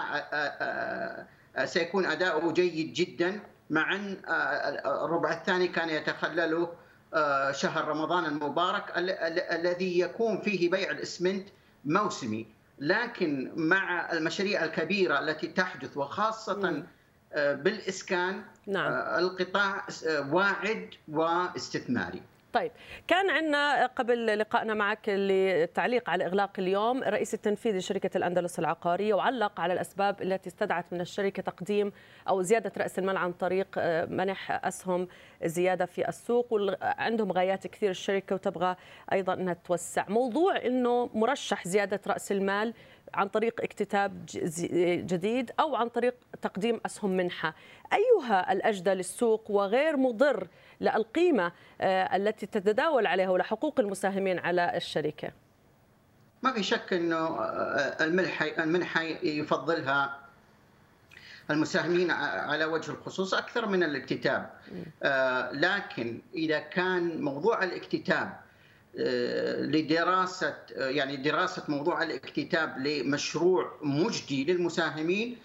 سيكون أداؤه جيد جدا، مع أن الربع الثاني كان يتخلله شهر رمضان المبارك الذي يكون فيه بيع الإسمنت موسمي. لكن مع المشاريع الكبيرة التي تحدث وخاصة بالإسكان، نعم. القطاع واعد واستثماري. طيب كان عندنا قبل لقائنا معك للتعليق على إغلاق اليوم الرئيس التنفيذي لشركة الأندلس العقارية، وعلق على الأسباب التي استدعت من الشركة تقديم أو زيادة رأس المال عن طريق منح أسهم زيادة في السوق، وعندهم غايات كثير الشركة وتبغى أيضا أنها توسع. موضوع أنه مرشح زيادة رأس المال عن طريق اكتتاب جديد أو عن طريق تقديم أسهم منحة، أيها الأجدى للسوق وغير مضر للقيمة التي تتداول عليها ولحقوق المساهمين على الشركة؟ ما في شك أنه المنحة يفضلها المساهمين على وجه الخصوص أكثر من الاكتتاب. لكن إذا كان موضوع الاكتتاب لدراسة يعني دراسة موضوع الاكتتاب لمشروع مجدي للمساهمين،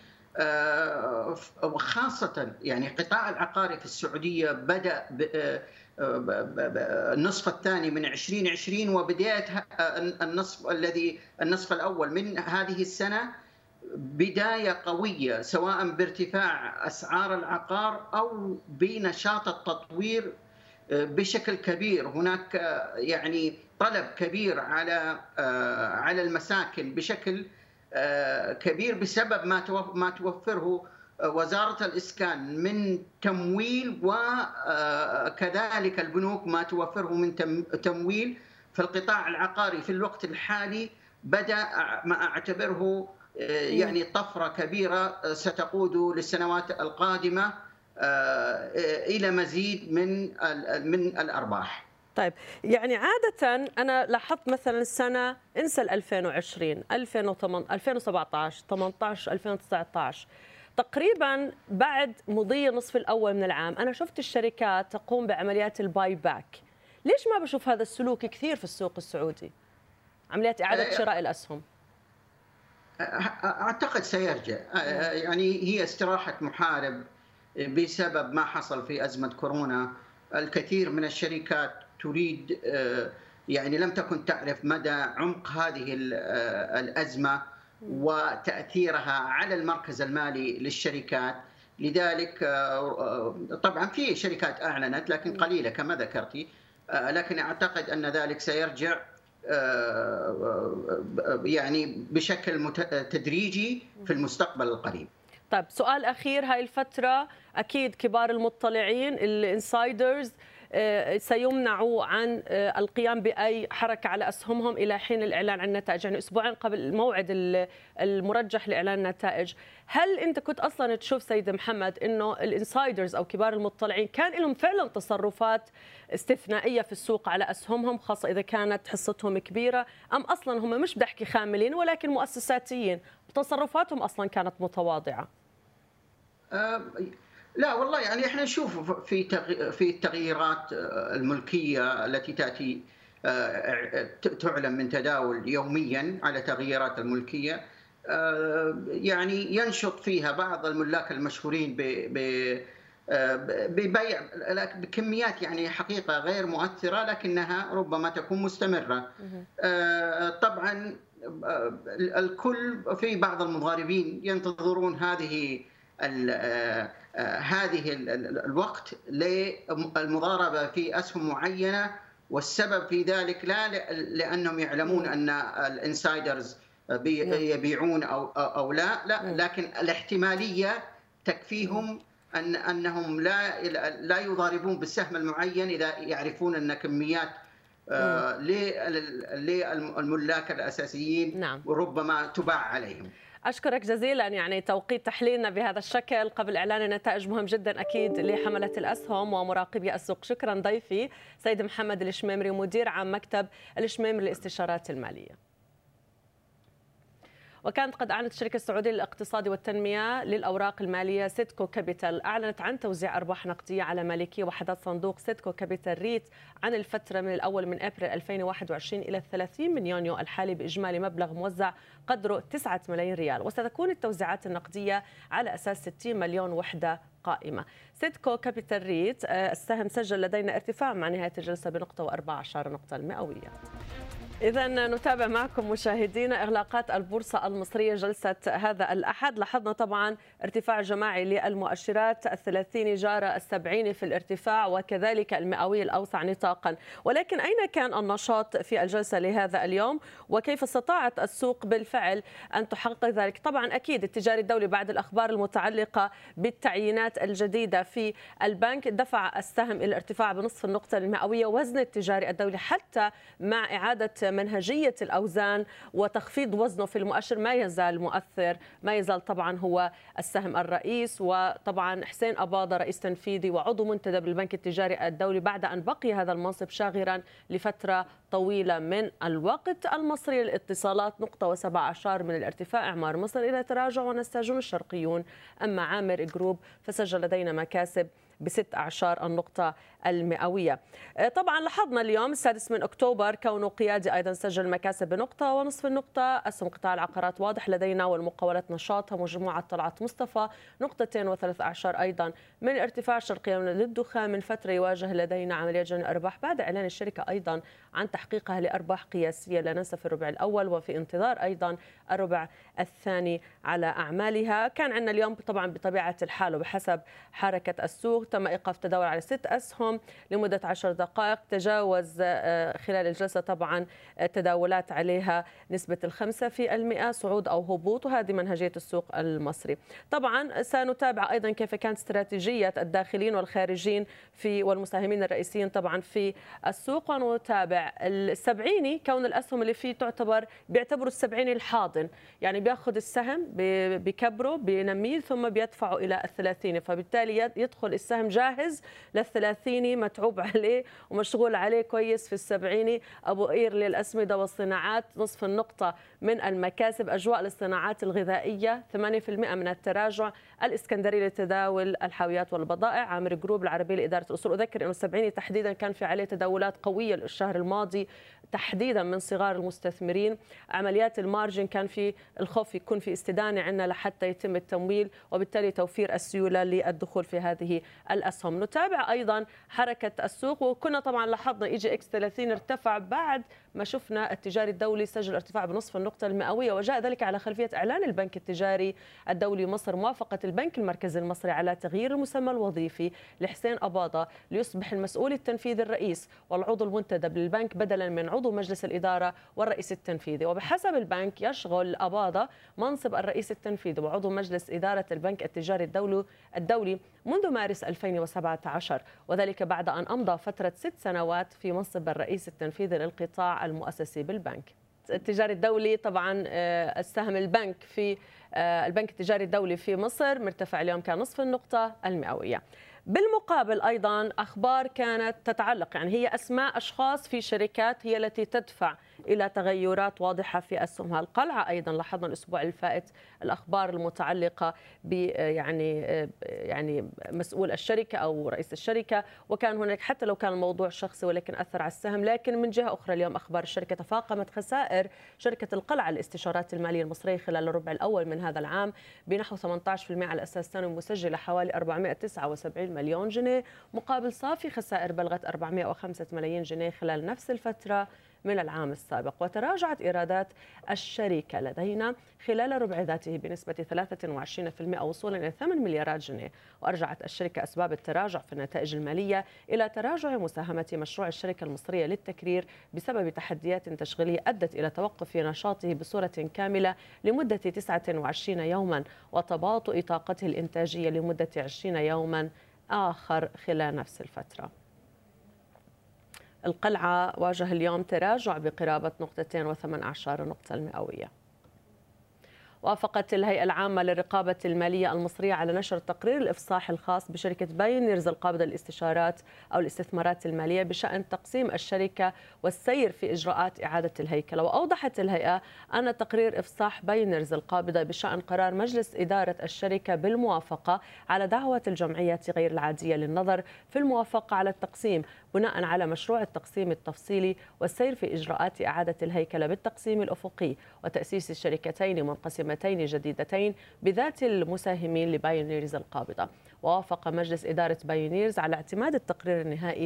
وخاصة يعني قطاع العقاري في السعودية بدأ النصف الثاني من 2020 وبداية النصف الأول من هذه السنة بداية قوية، سواء بارتفاع أسعار العقار أو بنشاط التطوير بشكل كبير. هناك يعني طلب كبير على المساكن بشكل كبير بسبب ما توفره وزارة الإسكان من تمويل، وكذلك البنوك ما توفره من تمويل. في القطاع العقاري في الوقت الحالي بدأ ما أعتبره يعني طفرة كبيرة ستقود للسنوات القادمة إلى مزيد من الأرباح. طيب يعني عادة أنا لاحظت مثلا السنة انسى 2020 2017 18 2019 تقريبا بعد مضي النصف الأول من العام أنا شفت الشركات تقوم بعمليات الباي باك. ليش ما بشوف هذا السلوك كثير في السوق السعودي؟ عمليات إعادة شراء الأسهم. أعتقد سيرجع. يعني هي استراحة محارب بسبب ما حصل في أزمة كورونا. الكثير من الشركات تريد يعني لم تكن تعرف مدى عمق هذه الأزمة وتأثيرها على المركز المالي للشركات. لذلك طبعا في شركات أعلنت لكن قليلة كما ذكرتي، لكن أعتقد أن ذلك سيرجع يعني بشكل تدريجي في المستقبل القريب. طيب سؤال أخير، هاي الفترة أكيد كبار المطلعين الانسايدرز سيمنعوا عن القيام بأي حركة على أسهمهم إلى حين الإعلان عن النتائج، يعني أسبوعين قبل الموعد المرجح لإعلان النتائج. هل أنت كنت أصلا تشوف سيد محمد أنه الانسايدرز أو كبار المطلعين كان لهم فعلا تصرفات استثنائية في السوق على أسهمهم، خاصة إذا كانت حصتهم كبيرة، أم أصلا هم مش بحكي خاملين ولكن مؤسساتيين تصرفاتهم أصلا كانت متواضعة؟ لا والله، يعني احنا نشوف في التغييرات الملكيه التي تاتي تعلن من تداول يوميا على تغييرات الملكيه، يعني ينشط فيها بعض الملاك المشهورين ببيع بكميات يعني حقيقه غير مؤثره لكنها ربما تكون مستمره. طبعا الكل في بعض المضاربين ينتظرون هذه هذه الوقت للمضاربة في أسهم معينة، والسبب في ذلك لا لأنهم يعلمون أن الانسايدرز يبيعون أو لا، لكن الاحتمالية تكفيهم أنهم لا يضاربون بالسهم المعين إذا يعرفون أن كميات للملاك الأساسيين نعم. وربما تباع عليهم. أشكرك جزيلا، يعني توقيت تحليلنا بهذا الشكل قبل إعلان النتائج مهم جدا أكيد لحملة الأسهم ومراقبي السوق. شكرا ضيفي سيد محمد الشميمري، مدير عام مكتب الشميمري للاستشارات المالية. وكانت قد أعلنت الشركة السعودية للاقتصاد والتنمية للأوراق المالية سيدكو كابيتال، أعلنت عن توزيع أرباح نقدية على مالكي وحدات صندوق سيدكو كابيتال ريت عن الفترة من الأول من أبريل 2021 إلى 30 من يونيو الحالي بإجمالي مبلغ موزع قدره 9 ملايين ريال، وستكون التوزيعات النقدية على أساس 60 مليون وحدة قائمة. سيدكو كابيتال ريت السهم سجل لدينا ارتفاع مع نهاية الجلسة بنقطة و14 نقطة المئوية. إذا نتابع معكم مشاهدينا إغلاقات البورصة المصرية جلسة هذا الأحد. لاحظنا طبعا ارتفاع جماعي للمؤشرات، ال30 جار ال70 في الارتفاع وكذلك المئوي الأوسع نطاقا، ولكن أين كان النشاط في الجلسة لهذا اليوم وكيف استطاعت السوق بالفعل أن تحقق ذلك؟ طبعا أكيد التجاري الدولي بعد الأخبار المتعلقة بالتعيينات الجديدة في البنك دفع السهم إلى الارتفاع بنصف النقطة المئوية. وزن التجاري الدولي حتى مع إعادة منهجية الأوزان وتخفيض وزنه في المؤشر ما يزال مؤثر، ما يزال طبعا هو السهم الرئيس. وطبعا حسين أباضة رئيس تنفيذي وعضو منتدب بالبنك التجاري الدولي بعد أن بقي هذا المنصب شاغرا لفترة طويلة من الوقت. المصري للاتصالات نقطة و17 من الارتفاع، إعمار مصر إلى تراجع، ونستاجون الشرقيون. أما عامر جروب فسجل لدينا مكاسب ب16 النقطة المئوية. طبعا لاحظنا اليوم 6 من أكتوبر كونه قيادي أيضا سجل مكاسب بنقطة ونصف النقطة. أسهم قطاع العقارات واضح لدينا والمقاولات نشاطها. مجموعة طلعت مصطفى نقطتين و13 أيضا من الارتفاع. شرقية للدخان من فترة يواجه لدينا عملية جني أرباح بعد إعلان الشركة أيضا عن تحقيقها لأرباح قياسية لا ننسى في الربع الأول، وفي انتظار أيضا الربع الثاني على أعمالها. كان عندنا اليوم طبعا بطبيعة الحال وبحسب حركة السوق تم إيقاف تداول على 6 أسهم لمدة 10 دقائق. تجاوز خلال الجلسة طبعا تداولات عليها نسبة 5% صعود أو هبوط، وهذه منهجية السوق المصري. طبعا سنتابع أيضا كيف كانت استراتيجية الداخلين والخارجين والمساهمين الرئيسيين طبعا في السوق، ونتابع السبعيني كون الأسهم اللي فيه بيعتبروا السبعيني الحاضن، يعني بياخذ السهم بكبره بينميه ثم بيدفعه إلى 30، فبالتالي يدخل السهم جاهز لل30 متعوب عليه ومشغول عليه كويس. في السبعيني أبو قير للأسمدة والصناعات نصف النقطة من المكاسب. أجواء للصناعات الغذائية 8% من التراجع. الإسكندرية لتداول الحاويات والبضائع. عامر جروب العربية لإدارة الأصول. أذكر أنه السبعيني تحديدا كان في عليه تداولات قوية الشهر الماضي تحديدا من صغار المستثمرين. عمليات المارجن كان في الخوف يكون في استدانة عندنا لحتى يتم التمويل وبالتالي توفير السيولة للدخول في هذه الأسهم. نتابع أيضا حركة السوق، وكنا طبعا لاحظنا إي جي إكس 30 ارتفع بعد ما شفنا التجاري الدولي سجل ارتفاع بنصف النقطة المئوية، وجاء ذلك على خلفية إعلان البنك التجاري الدولي مصر موافقة البنك المركزي المصري على تغيير المسمى الوظيفي لحسين أباضة ليصبح المسؤول التنفيذي الرئيس والعضو المنتدب للبنك بدلا من عضو مجلس الإدارة والرئيس التنفيذي. وبحسب البنك يشغل أباضة منصب الرئيس التنفيذي وعضو مجلس إدارة البنك التجاري الدولي منذ مارس 2017، وذلك بعد أن أمضى فترة 6 سنوات في منصب الرئيس التنفيذي للقطاع المؤسسي بالبنك التجاري الدولي. طبعا السهم البنك في البنك التجاري الدولي في مصر مرتفع اليوم كان نصف النقطة المئوية. بالمقابل أيضا أخبار كانت تتعلق، يعني هي أسماء أشخاص في شركات هي التي تدفع إلى تغيرات واضحة في أسهمها. القلعة أيضا لاحظنا الأسبوع الفائت الأخبار المتعلقة ب يعني مسؤول الشركة أو رئيس الشركة، وكان هناك حتى لو كان الموضوع شخصي ولكن أثر على السهم. لكن من جهة أخرى اليوم أخبار الشركة تفاقمت خسائر شركة القلعة الاستشارات المالية المصرية خلال الربع الأول من هذا العام بنحو 18% على أساس سنوي، مسجلة حوالي 479 مليون جنيه مقابل صافي خسائر بلغت 405 ملايين جنيه خلال نفس الفترة من العام السابق. وتراجعت إيرادات الشركة لدينا خلال ربع ذاته بنسبة 23% وصولا إلى 8 مليارات جنيه. وأرجعت الشركة أسباب التراجع في النتائج المالية إلى تراجع مساهمة مشروع الشركة المصرية للتكرير بسبب تحديات تشغيلية أدت إلى توقف نشاطه بصورة كاملة لمدة 29 يوما وتباطؤ طاقته الإنتاجية لمدة 20 يوما آخر خلال نفس الفترة. القلعة واجه اليوم تراجع بقرابة 2.18 نقطة المئوية. وافقت الهيئة العامة للرقابة المالية المصرية على نشر تقرير الإفصاح الخاص بشركة بايونيرز القابضة للاستشارات أو الاستثمارات المالية بشأن تقسيم الشركة والسير في إجراءات إعادة الهيكلة. وأوضحت الهيئة أن تقرير إفصاح بايونيرز القابضة بشأن قرار مجلس إدارة الشركة بالموافقة على دعوة الجمعية غير العادية للنظر في الموافقة على التقسيم بناء على مشروع التقسيم التفصيلي والسير في إجراءات إعادة الهيكلة بالتقسيم الأفقي وتأسيس الشركتين منقسمتين جديدتين بذات المساهمين لبايونيرز القابضة. ووافق مجلس إدارة بايونيرز على اعتماد التقرير النهائي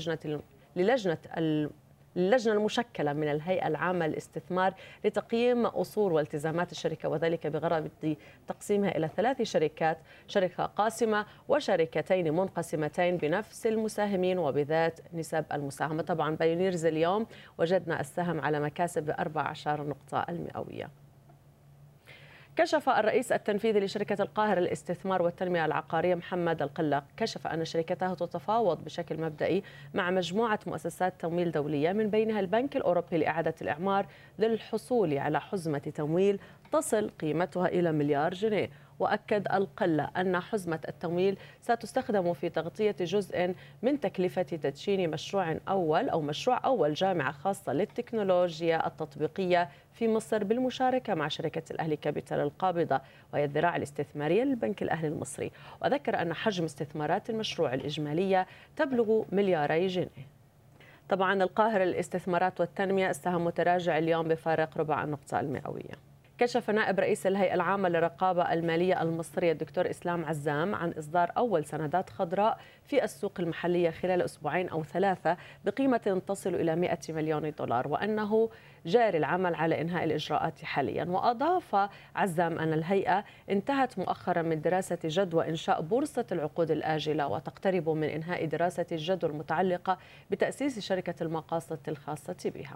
للجنة المشكلة من الهيئة العامة للاستثمار لتقييم أصول والتزامات الشركة، وذلك بغرض تقسيمها إلى 3 شركات، شركة قاسمة وشركتين منقسمتين بنفس المساهمين وبذات نسب المساهمة. طبعا بايونيرز اليوم وجدنا السهم على مكاسب 14 نقطة المئوية. كشف الرئيس التنفيذي لشركة القاهرة للاستثمار والتنمية العقارية محمد القلة كشف أن شركته تتفاوض بشكل مبدئي مع مجموعة مؤسسات تمويل دولية من بينها البنك الأوروبي لإعادة الإعمار للحصول على حزمة تمويل تصل قيمتها إلى مليار جنيه. وأكد القلة أن حزمة التمويل ستستخدم في تغطية جزء من تكلفة تدشين مشروع أول جامعة خاصة للتكنولوجيا التطبيقية في مصر بالمشاركة مع شركة الأهلي كابيتال القابضة وهي الذراع الاستثمارية للبنك الأهلي المصري. وذكر أن حجم استثمارات المشروع الإجمالية تبلغ 2 مليار جنيه. طبعا القاهرة للاستثمارات والتنمية السهم متراجع اليوم بفارق 4 نقطة المئوية. كشف نائب رئيس الهيئة العامة للرقابة المالية المصرية الدكتور إسلام عزام عن إصدار أول سندات خضراء في السوق المحلية خلال 2 أو 3 بقيمة تصل إلى 100 مليون دولار وأنه جاري العمل على إنهاء الإجراءات حاليا. وأضاف عزام أن الهيئة انتهت مؤخرا من دراسة جدوى إنشاء بورصة العقود الآجلة وتقترب من إنهاء دراسة الجدوى المتعلقة بتأسيس شركة المقاصة الخاصة بها.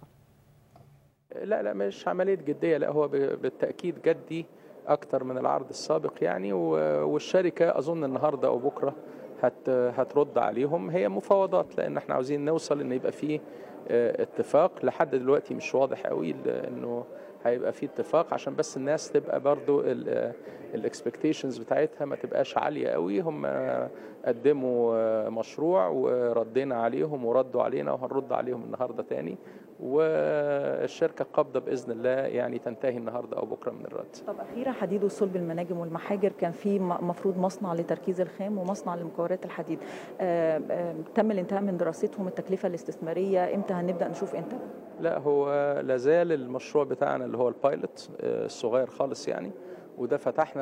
لا مش عملية جدية، لا هو بالتأكيد جدي أكتر من العرض السابق يعني، والشركة أظن النهاردة أو بكرة هترد عليهم. هي مفاوضات لأن احنا عاوزين نوصل إن يبقى فيه اتفاق. لحد دلوقتي مش واضح قوي إنه هيبقى فيه اتفاق عشان بس الناس تبقى برضو الاكسبكتيشنز بتاعتها ما تبقاش عالية قوي. هم قدموا مشروع وردينا عليهم وردوا علينا وهنرد عليهم النهاردة تاني، والشركة قابضة بإذن الله يعني تنتهي النهاردة أو بكرة من الرد. طب أخيرا حديد وصلب المناجم والمحاجر، كان في مفروض مصنع لتركيز الخام ومصنع لمكورات الحديد، تم الانتهاء من دراستهم، التكلفة الاستثمارية امتى هنبدأ نشوف انتهاء؟ لا هو لازال المشروع بتاعنا اللي هو البايلوت الصغير خالص يعني، وده فتحنا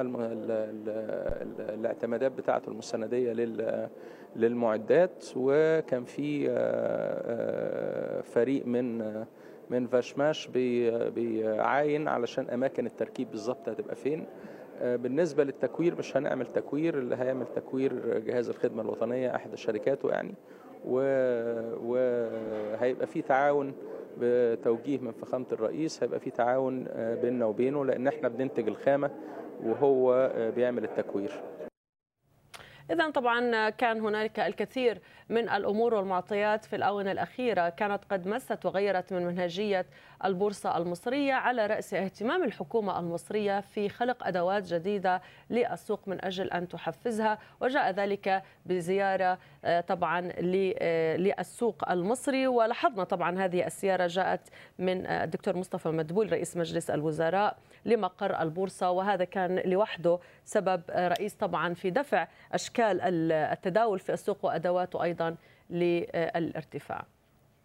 الاعتمادات بتاعته المستندية للمعدات، وكان في فريق من فاشماش بيعاين علشان أماكن التركيب بالظبط هتبقى فين. بالنسبة للتكوير مش هنعمل تكوير، اللي هيعمل تكوير جهاز الخدمة الوطنية أحد شركاته يعني، وهيبقى في تعاون بتوجيه من فخامة الرئيس، هيبقى في تعاون بيننا وبينه لأن احنا بننتج الخامة وهو بيعمل التكوير. إذن طبعا كان هنالك الكثير من الأمور والمعطيات في الآونة الأخيرة كانت قد مست وغيرت من منهجية البورصة المصرية، على رأس اهتمام الحكومة المصرية في خلق أدوات جديدة للسوق من أجل أن تحفزها، وجاء ذلك بزيارة طبعا للسوق المصري. ولاحظنا طبعا هذه الزيارة جاءت من الدكتور مصطفى مدبول رئيس مجلس الوزراء لمقر البورصة، وهذا كان لوحده سبب رئيس طبعا في دفع أشكال التداول في السوق وأدواته أيضا للارتفاع.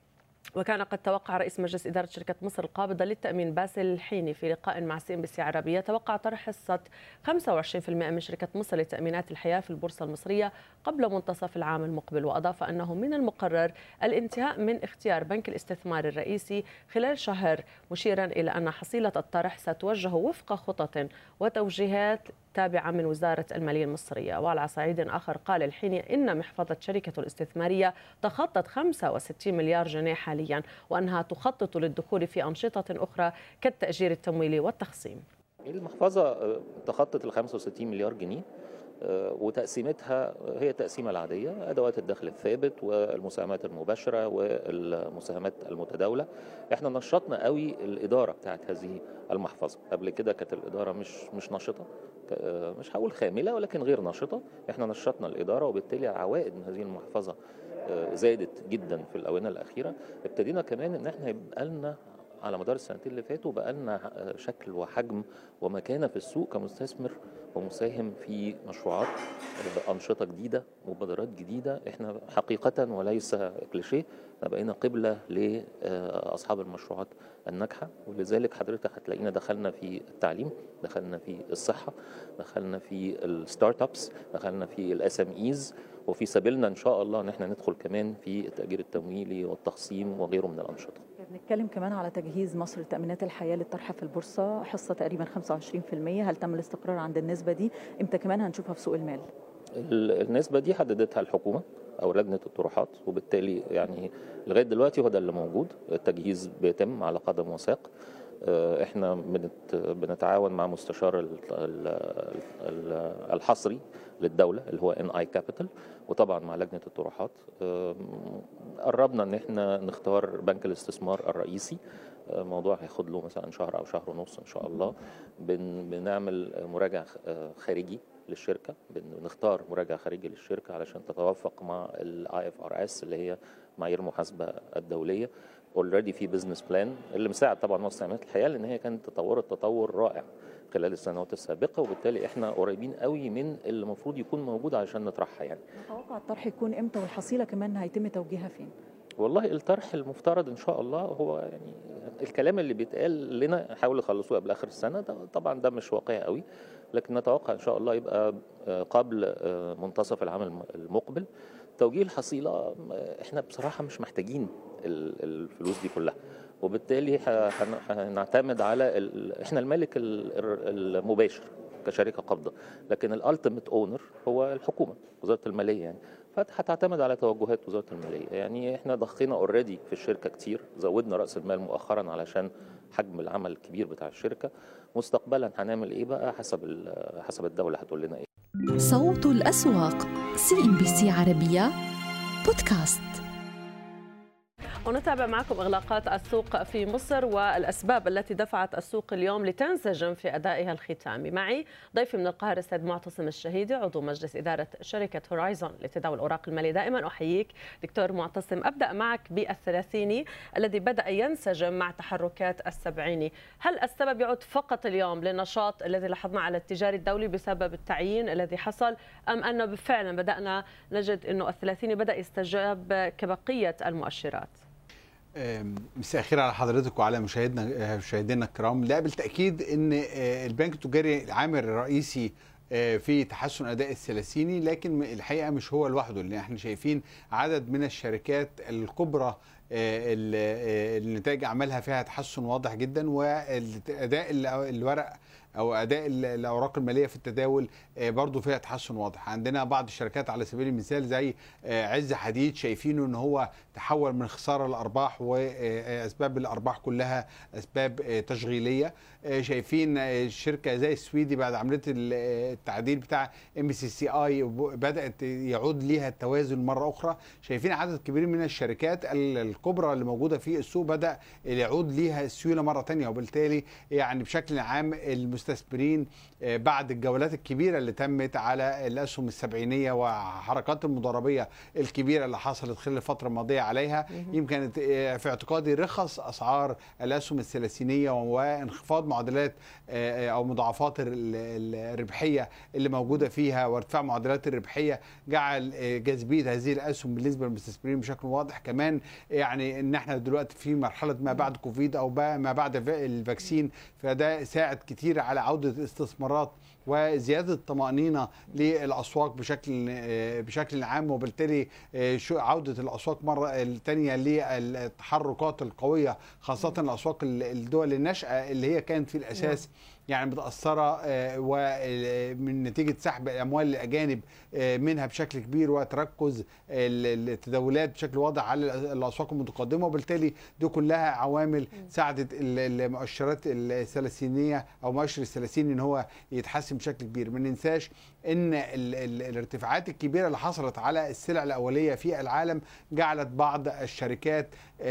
وكان قد توقع رئيس مجلس إدارة شركة مصر القابضة للتأمين باسل الحيني في لقاء مع CNBC عربية توقع طرح حصة 25% من شركة مصر لتأمينات الحياة في البورصة المصرية قبل منتصف العام المقبل. وأضاف أنه من المقرر الانتهاء من اختيار بنك الاستثمار الرئيسي خلال شهر، مشيرا إلى أن حصيلة الطرح ستوجه وفق خطط وتوجيهات تابعة من وزارة المالية المصرية. وعلى صعيد آخر قال الحيني إن محفظة شركة الاستثمارية تخطت 65 مليار جنيه حاليا، وأنها تخطط للدخول في أنشطة أخرى كالتأجير التمويلي والتخصيم. المحفظة تخطت ال 65 مليار جنيه، وتقسيمتها هي التقسيمة العادية: أدوات الدخل الثابت والمساهمات المباشرة والمساهمات المتداولة. احنا نشطنا قوي الإدارة بتاعت هذه المحفظة. قبل كده كانت الإدارة مش نشطة، مش هقول خاملة ولكن غير نشطة. احنا نشطنا الإدارة، وبالتالي عوائد من هذه المحفظة زادت جدا في الآونة الأخيرة. ابتدينا كمان ان احنا يبقى لنا على مدار السنتين اللي فاتوا بقى لنا شكل وحجم ومكانة في السوق كمستثمر ومساهم في مشروعات، أنشطة جديدة، مبادرات جديدة. احنا حقيقة وليس كليشيه بقينا قبلة لأصحاب المشروعات الناجحة، ولذلك حضرتك هتلاقينا دخلنا في التعليم، دخلنا في الصحة، دخلنا في الستارت ابس، دخلنا في الاس ام ايز، وفي سبيلنا ان شاء الله ان احنا ندخل كمان في التأجير التمويلي والتخصيم وغيره من الأنشطة. بنتكلم كمان على تجهيز مصر لتأمينات الحياة للطرح في البورصة، حصة تقريبا 25%. هل تم الاستقرار عند النسبة دي؟ امتى كمان هنشوفها في سوق المال؟ النسبة دي حددتها الحكومة أو لجنة الطروحات، وبالتالي يعني لغاية دلوقتي هو ده اللي موجود. التجهيز بيتم على قدم وساق. احنا بنتعاون مع مستشار الحصري للدولة اللي هو NI Capital، وطبعا مع لجنة الطروحات. قربنا ان احنا نختار بنك الاستثمار الرئيسي. موضوع هياخد له مثلا شهر او شهر ونص ان شاء الله. بنعمل مراجع خارجي للشركة، بنختار مراجع خارجي للشركة علشان تتوافق مع IFRS اللي هي معايير المحاسبة الدولية. اوريدي في بزنس بلان اللي مساعد طبعا مصر لتأمينات الحياة، لان هي كانت تطورت تطور رائع خلال السنوات السابقة، وبالتالي احنا قريبين قوي من اللي المفروض يكون موجود علشان نطرحها. يعني متوقع الطرح يكون امتى، والحصيلة كمان هيتم توجيهها فين؟ والله الطرح المفترض ان شاء الله هو يعني الكلام اللي بيتقال لنا حاولوا يخلصوه قبل اخر السنة، طبعا ده مش واقعي قوي، لكن نتوقع ان شاء الله يبقى قبل منتصف العام المقبل. توجيه الحصيلة احنا بصراحة مش محتاجين الفلوس دي كلها، وبالتالي هنعتمد على احنا المالك المباشر كشركة قابضة، لكن الالتيميت اونر هو الحكومة، وزارة المالية يعني. فهتعتمد على توجهات وزارة المالية. يعني احنا ضخينا اوريدي في الشركة كتير، زودنا رأس المال مؤخرا علشان حجم العمل الكبير بتاع الشركة. مستقبلا هنعمل ايه بقى حسب الدولة هتقول لنا ايه. صوت الأسواق CNBC عربية بودكاست. ونتابع معكم إغلاقات السوق في مصر والأسباب التي دفعت السوق اليوم لتنسجم في أدائها الختامي. معي ضيفي من القاهرة السيد معتصم الشهيدي، عضو مجلس إدارة شركة هورايزون لتداول الأوراق المالية. دائما أحييك دكتور معتصم. أبدأ معك بالثلاثيني الذي بدأ ينسجم مع تحركات السبعيني. هل السبب يعود فقط اليوم للنشاط الذي لاحظناه على التجاري الدولي بسبب التعيين الذي حصل، أم أنه فعلا بدأنا نجد أنه الثلاثيني بدأ يستجاب كبقية المؤشرات؟ مساء الخير على حضرتك وعلى مشاهدينا الكرام. لا بالتأكيد ان البنك التجاري عامل رئيسي في تحسن أداء الثلاثيني، لكن الحقيقة مش هو لوحده، لأن احنا شايفين عدد من الشركات الكبرى النتائج أعمالها فيها تحسن واضح جدا، والأداء الورق أو أداء الأوراق المالية في التداول برضو فيها تحسن واضح. عندنا بعض الشركات على سبيل المثال زي عز حديد، شايفينه ان هو تحول من خسارة لأرباح، وأسباب الأرباح كلها أسباب تشغيلية. شايفين الشركة زي السويدي بعد عملية التعديل بتاع MCCI بدأت يعود ليها التوازن مرة أخرى. شايفين عدد كبير من الشركات الكبرى اللي موجودة في السوق بدأ يعود ليها السيولة مرة تانية، وبالتالي يعني بشكل عام المستثمرين بعد الجولات الكبيره اللي تمت على الاسهم السبعينيه وحركات المضاربيه الكبيره اللي حصلت خلال الفتره الماضيه عليها، يمكن في اعتقادي رخص اسعار الاسهم الثلاثينيه وانخفاض معدلات او مضاعفات الربحيه اللي موجوده فيها وارتفاع معدلات الربحيه جعل جاذبيه هذه الاسهم بالنسبه للمستثمرين بشكل واضح. كمان يعني ان احنا دلوقتي في مرحله ما بعد كوفيد او ما بعد الفاكسين، فده ساعد كتير على عوده الاستثمارات وزياده الطمانينه للاسواق بشكل عام، وبالتالي عوده الاسواق مره ثانيه للتحركات القويه، خاصه الاسواق الدول الناشئه اللي هي كانت في الاساس يعني متاثره ومن نتيجه سحب الاموال الاجانب منها بشكل كبير وتركز التداولات بشكل واضح على الاسواق المتقدمه، وبالتالي دي كلها عوامل ساعدت المؤشرات الثلاثينيه او مؤشر الثلاثيني ان هو يتحسن بشكل كبير. ما ننساش ان الارتفاعات الكبيره اللي حصلت على السلع الاوليه في العالم جعلت بعض الشركات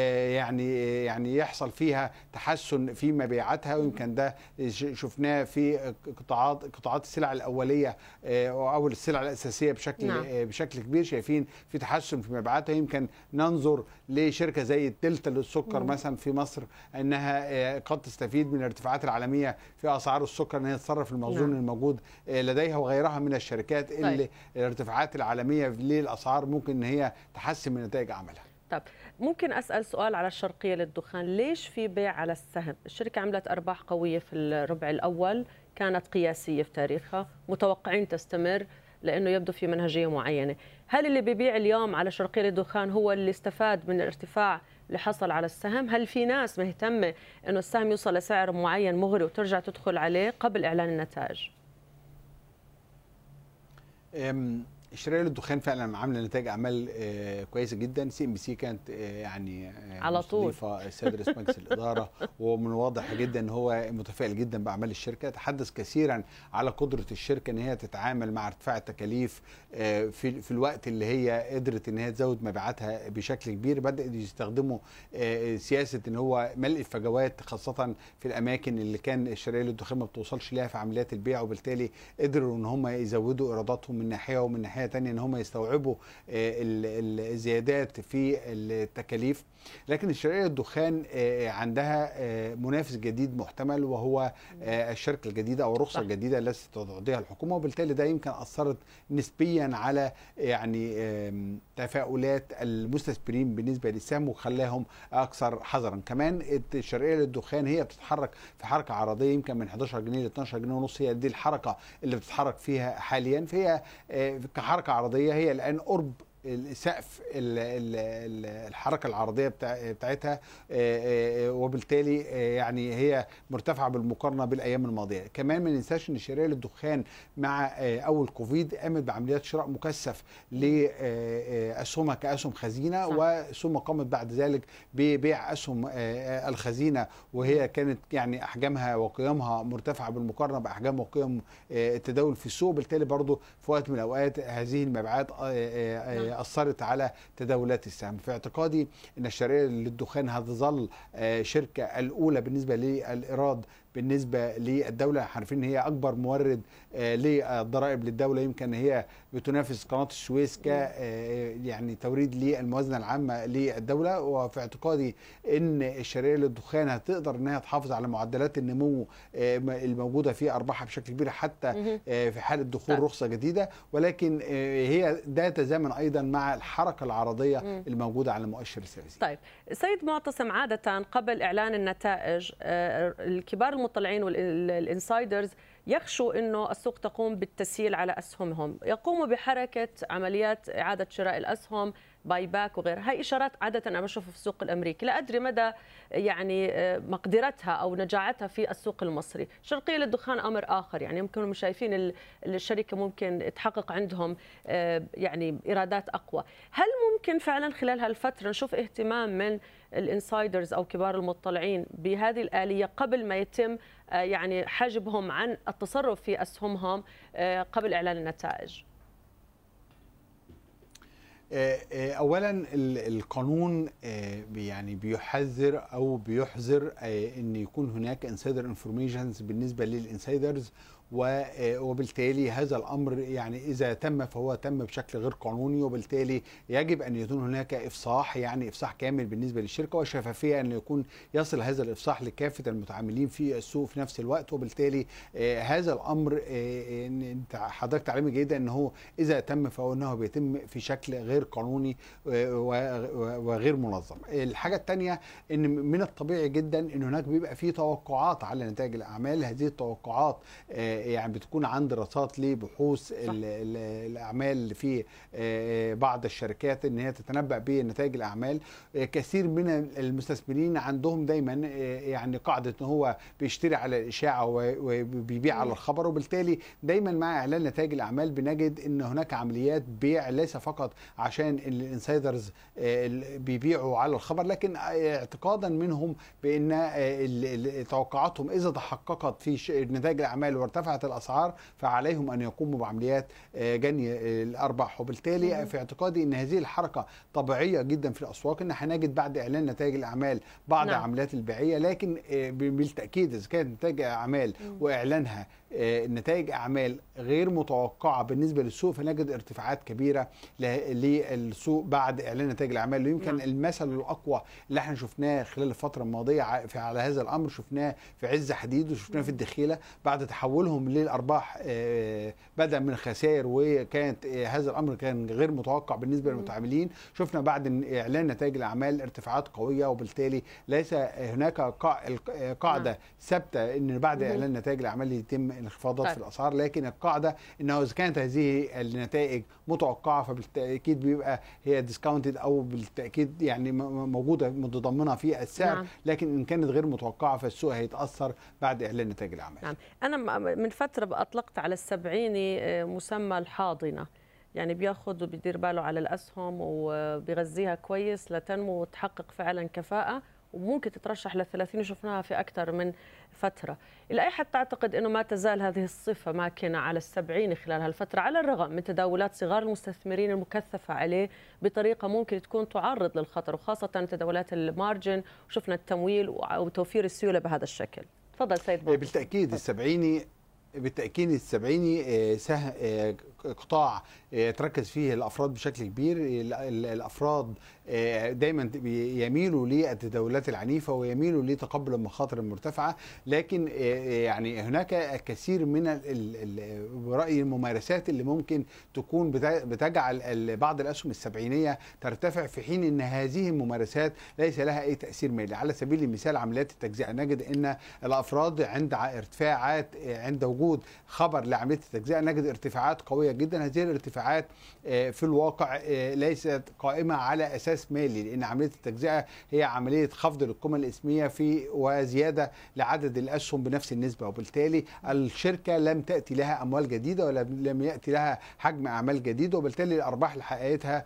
يعني يحصل فيها تحسن في مبيعاتها، ويمكن ده شفناه في قطاعات السلع الاوليه او السلع الاساسيه بشكل كبير، شايفين في تحسن في مبيعاتها. يمكن ننظر لشركه زي الدلتا للسكر مثلا في مصر انها قد تستفيد من الارتفاعات العالميه في اسعار السكر، ان هي تتصرف المخزون الموجود لديها، وغيرها من الشركات اللي الارتفاعات العالميه للاسعار ممكن ان هي تحسن من نتائج عملها. طب ممكن أسأل سؤال على الشرقية للدخان، ليش في بيع على السهم؟ الشركة عملت أرباح قوية في الربع الأول كانت قياسية في تاريخها، متوقعين تستمر لأنه يبدو في منهجية معينة. هل اللي بيبيع اليوم على شرقية للدخان هو اللي استفاد من الارتفاع اللي حصل على السهم؟ هل في ناس مهتمة أنه السهم يوصل لسعر معين مغري وترجع تدخل عليه قبل إعلان النتائج؟ شركة الدخان فعلا عامله نتائج اعمال كويسه جدا. CNBC كانت يعني على طول السيد رئيس مجلس الاداره، ومن واضح جدا ان هو متفائل جدا باعمال الشركه. تحدث كثيرا على قدره الشركه ان هي تتعامل مع ارتفاع التكاليف في الوقت اللي هي قدرت ان هي تزود مبيعاتها بشكل كبير. بدأ يستخدموا سياسه ان هو ملء الفجوات خاصه في الاماكن اللي كان الشركه للدخان ما بتوصلش ليها في عمليات البيع، وبالتالي قدروا ان هم يزودوا ايراداتهم من ناحيه، ومن ناحيه ثانيه ان هم يستوعبوا الزيادات في التكاليف. لكن الشركه الدخان عندها منافس جديد محتمل، وهو الشركه الجديده او الرخصه الجديده التي تعطيها الحكومه، وبالتالي ده يمكن اثرت نسبيا على يعني تفاؤلات المستثمرين بالنسبه للسهم وخلاهم اكثر حذرا. كمان الشركه للدخان هي بتتحرك في حركه عرضيه يمكن من 11 جنيه ل 12 جنيه ونص، هي دي الحركه اللي بتتحرك فيها حاليا، فهي كحركه عرضيه هي الان قرب سقف الحركه العرضيه بتاعتها، وبالتالي يعني هي مرتفعه بالمقارنه بالايام الماضيه. كمان ما ننساش ان شركه الدخان مع اول كوفيد قامت بعمليات شراء مكثف لاسهمها كاسهم خزينه، وثم قامت بعد ذلك ببيع اسهم الخزينه، وهي كانت يعني احجامها وقيمها مرتفعه بالمقارنه باحجام وقيم التداول في السوق. بالتالي برضو في وقت من الاوقات هذه المبيعات أثرت على تداولات السهم. في اعتقادي أن الشركة للدخان هتظل شركة الأولى بالنسبة للإيراد بالنسبة للدولة. عارفين ان هي اكبر مورد للضرائب للدولة، يمكن هي بتنافس قناة السويس ك يعني توريد للموازنة العامة للدولة. وفي اعتقادي ان الشركة للدخان هتقدر انها تحافظ على معدلات النمو الموجودة في ارباحها بشكل كبير حتى في حالة دخول رخصة جديدة، ولكن هي ده تزامن ايضا مع الحركة العرضية الموجودة على مؤشر الثلاثين. طيب سيد معتصم، عادة قبل اعلان النتائج الكبار المطلعين والانسايدرز يخشوا انه السوق تقوم بالتسييل على اسهمهم، يقوموا بحركه عمليات اعاده شراء الاسهم، باي باك وغيرها. هي اشارات عاده انا بشوفها في السوق الامريكي، لا ادري مدى يعني مقدرتها او نجاعتها في السوق المصري. شرقيه للدخان امر اخر، يعني يمكن هم شايفين الشركه ممكن تحقق عندهم يعني ايرادات اقوى. هل ممكن فعلا خلال هالفتره نشوف اهتمام من الانسايدرز او كبار المطلعين بهذه الآلية قبل ما يتم يعني حجبهم عن التصرف في اسهمهم قبل اعلان النتائج؟ اولا القانون يعني بيحذر او بيحذر ان يكون هناك انسايدر انفورميشنز بالنسبه للانسايدرز، وبالتالي هذا الامر يعني اذا تم فهو تم بشكل غير قانوني، وبالتالي يجب ان يكون هناك افصاح، يعني افصاح كامل بالنسبه للشركه، وشفافيه ان يكون يصل هذا الافصاح لكافه المتعاملين في السوق في نفس الوقت. وبالتالي هذا الامر حضرتك تعلمي جيدا ان هو اذا تم فهو انه بيتم في شكل غير قانوني وغير منظم. الحاجه الثانيه ان من الطبيعي جدا ان هناك بيبقى في توقعات على نتائج الاعمال، هذه التوقعات يعني بتكون عن دراسات لبحوث الاعمال في بعض الشركات ان هي تتنبأ بنتائج الاعمال. كثير من المستثمرين عندهم دايما يعني قاعده ان هو بيشتري على الاشاعه وبيبيع على الخبر، وبالتالي دايما مع اعلان نتائج الاعمال بنجد ان هناك عمليات بيع ليس فقط عشان الانسايدرز بيبيعوا على الخبر، لكن اعتقادا منهم بان توقعاتهم اذا تحققت في نتائج الاعمال وارتفعت الاسعار فعليهم ان يقوموا بعمليات جني الارباح. وبالتالي في اعتقادي ان هذه الحركه طبيعيه جدا في الاسواق، ان هنجد بعد اعلان نتائج الاعمال بعض العمليات البيعيه، لكن بالتاكيد اذا كانت نتائج اعمال واعلانها نتائج اعمال غير متوقعه بالنسبه للسوق فنجد ارتفاعات كبيره للسوق بعد اعلان نتائج الاعمال. ويمكن المثل الاقوى اللي احنا شفناه خلال الفتره الماضيه على هذا الامر شفناه في عز حديد وشفناه في الدخيله بعد تحولهم للارباح بدا من خسائر، وكانت هذا الامر كان غير متوقع بالنسبه للمتعاملين. شفنا بعد اعلان نتائج الاعمال ارتفاعات قويه، وبالتالي ليس هناك قاعده ثابته ان بعد اعلان نتائج الاعمال يتم انخفاضات في الاسعار، لكن القاعده انه اذا كانت هذه النتائج متوقعه فبالتاكيد بيبقى هي ديسكاونتد او بالتاكيد يعني موجوده متضمنه في السعر. لكن ان كانت غير متوقعه فالسوق هيتاثر بعد اعلان نتائج الاعمال. انا من فتره اطلقت على السبعيني مسمى الحاضنه، يعني بياخذ وبيدير باله على الاسهم وبيغذيها كويس لتنمو وتحقق فعلا كفاءه، وممكن تترشح لل30 وشفناها في اكثر من فتره. الى اي حد تعتقد انه ما تزال هذه الصفه ماكنه على السبعيني خلال هالفتره، على الرغم من تداولات صغار المستثمرين المكثفه عليه بطريقه ممكن تكون تعرض للخطر، وخاصه تداولات المارجن وشفنا التمويل وتوفير السيوله بهذا الشكل؟ تفضل سيد بابا. بالتاكيد السبعيني قطاع تركز فيه الافراد بشكل كبير. الافراد دايما يميلوا للتداولات العنيفه ويميلوا لتقبل المخاطر المرتفعه، لكن يعني هناك كثير من راي الممارسات اللي ممكن تكون بتجعل بعض الاسهم السبعينيه ترتفع، في حين ان هذه الممارسات ليس لها اي تاثير مالي. على سبيل المثال عمليات التجزئه، نجد ان الافراد عند ارتفاعات عند وجود خبر لعمليه التجزئه نجد ارتفاعات قويه جدا. هذه الارتفاعات في الواقع ليست قائمه على اساس مالي، لان عمليه التجزئه هي عمليه خفض للقيمه الاسميه وزياده لعدد الاسهم بنفس النسبه، وبالتالي الشركه لم تاتي لها اموال جديده ولا لم ياتي لها حجم اعمال جديد، وبالتالي الارباح اللي حققتها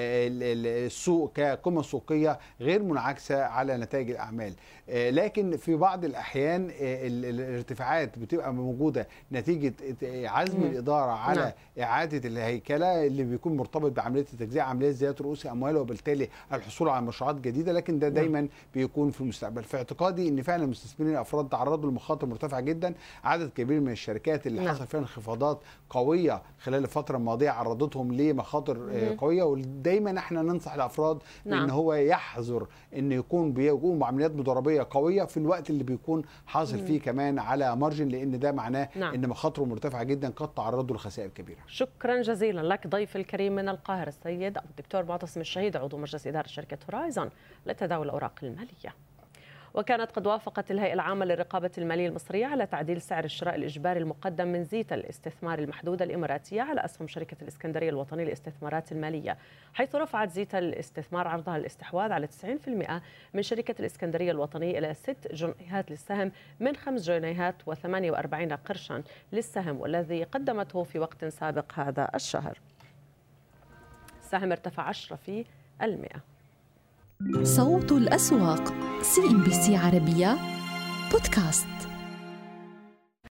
السوق كقيمه سوقيه غير منعكسه على نتائج الاعمال. لكن في بعض الاحيان الارتفاعات بتبقى موجوده نتيجه عزم الاداره على اعاده الهيكله اللي بيكون مرتبط بعمليه التجزئه، عمليه زياده رؤوس اموال، وبالتالي الحصول على مشروعات جديده، لكن ده دايما بيكون في المستقبل. في اعتقادي ان فعلا المستثمرين الافراد تعرضوا لمخاطر مرتفعه جدا. عدد كبير من الشركات اللي حصل فيها انخفاضات قويه خلال الفتره الماضيه عرضتهم لمخاطر قويه، ودايما احنا ننصح الافراد ان هو يحذر ان يكون بيقوم بعمليات مضاربيه قويه في الوقت اللي بيكون حاصل فيه كمان على مارجن، لان ده معناه ان مخاطره مرتفعه جدا قد تعرضوا لخسائر كبيره. شكرا جزيلا لك ضيف الكريم من القاهره السيد الدكتور معتصم الشهيد عضو مجلس اداره شركه هورايزون لتداول الاوراق الماليه. وكانت قد وافقت الهيئة العامة للرقابة المالية المصرية على تعديل سعر الشراء الإجباري المقدم من زيتا الاستثمار المحدودة الإماراتية على أسهم شركة الإسكندرية الوطنية للاستثمارات المالية، حيث رفعت زيتا الاستثمار عرضها الاستحواذ على 90% من شركة الإسكندرية الوطنية إلى 6 جنيهات للسهم من 5 جنيهات و48 قرشا للسهم، والذي قدمته في وقت سابق هذا الشهر. السهم ارتفع 10%. صوت الأسواق CNBC عربية بودكاست.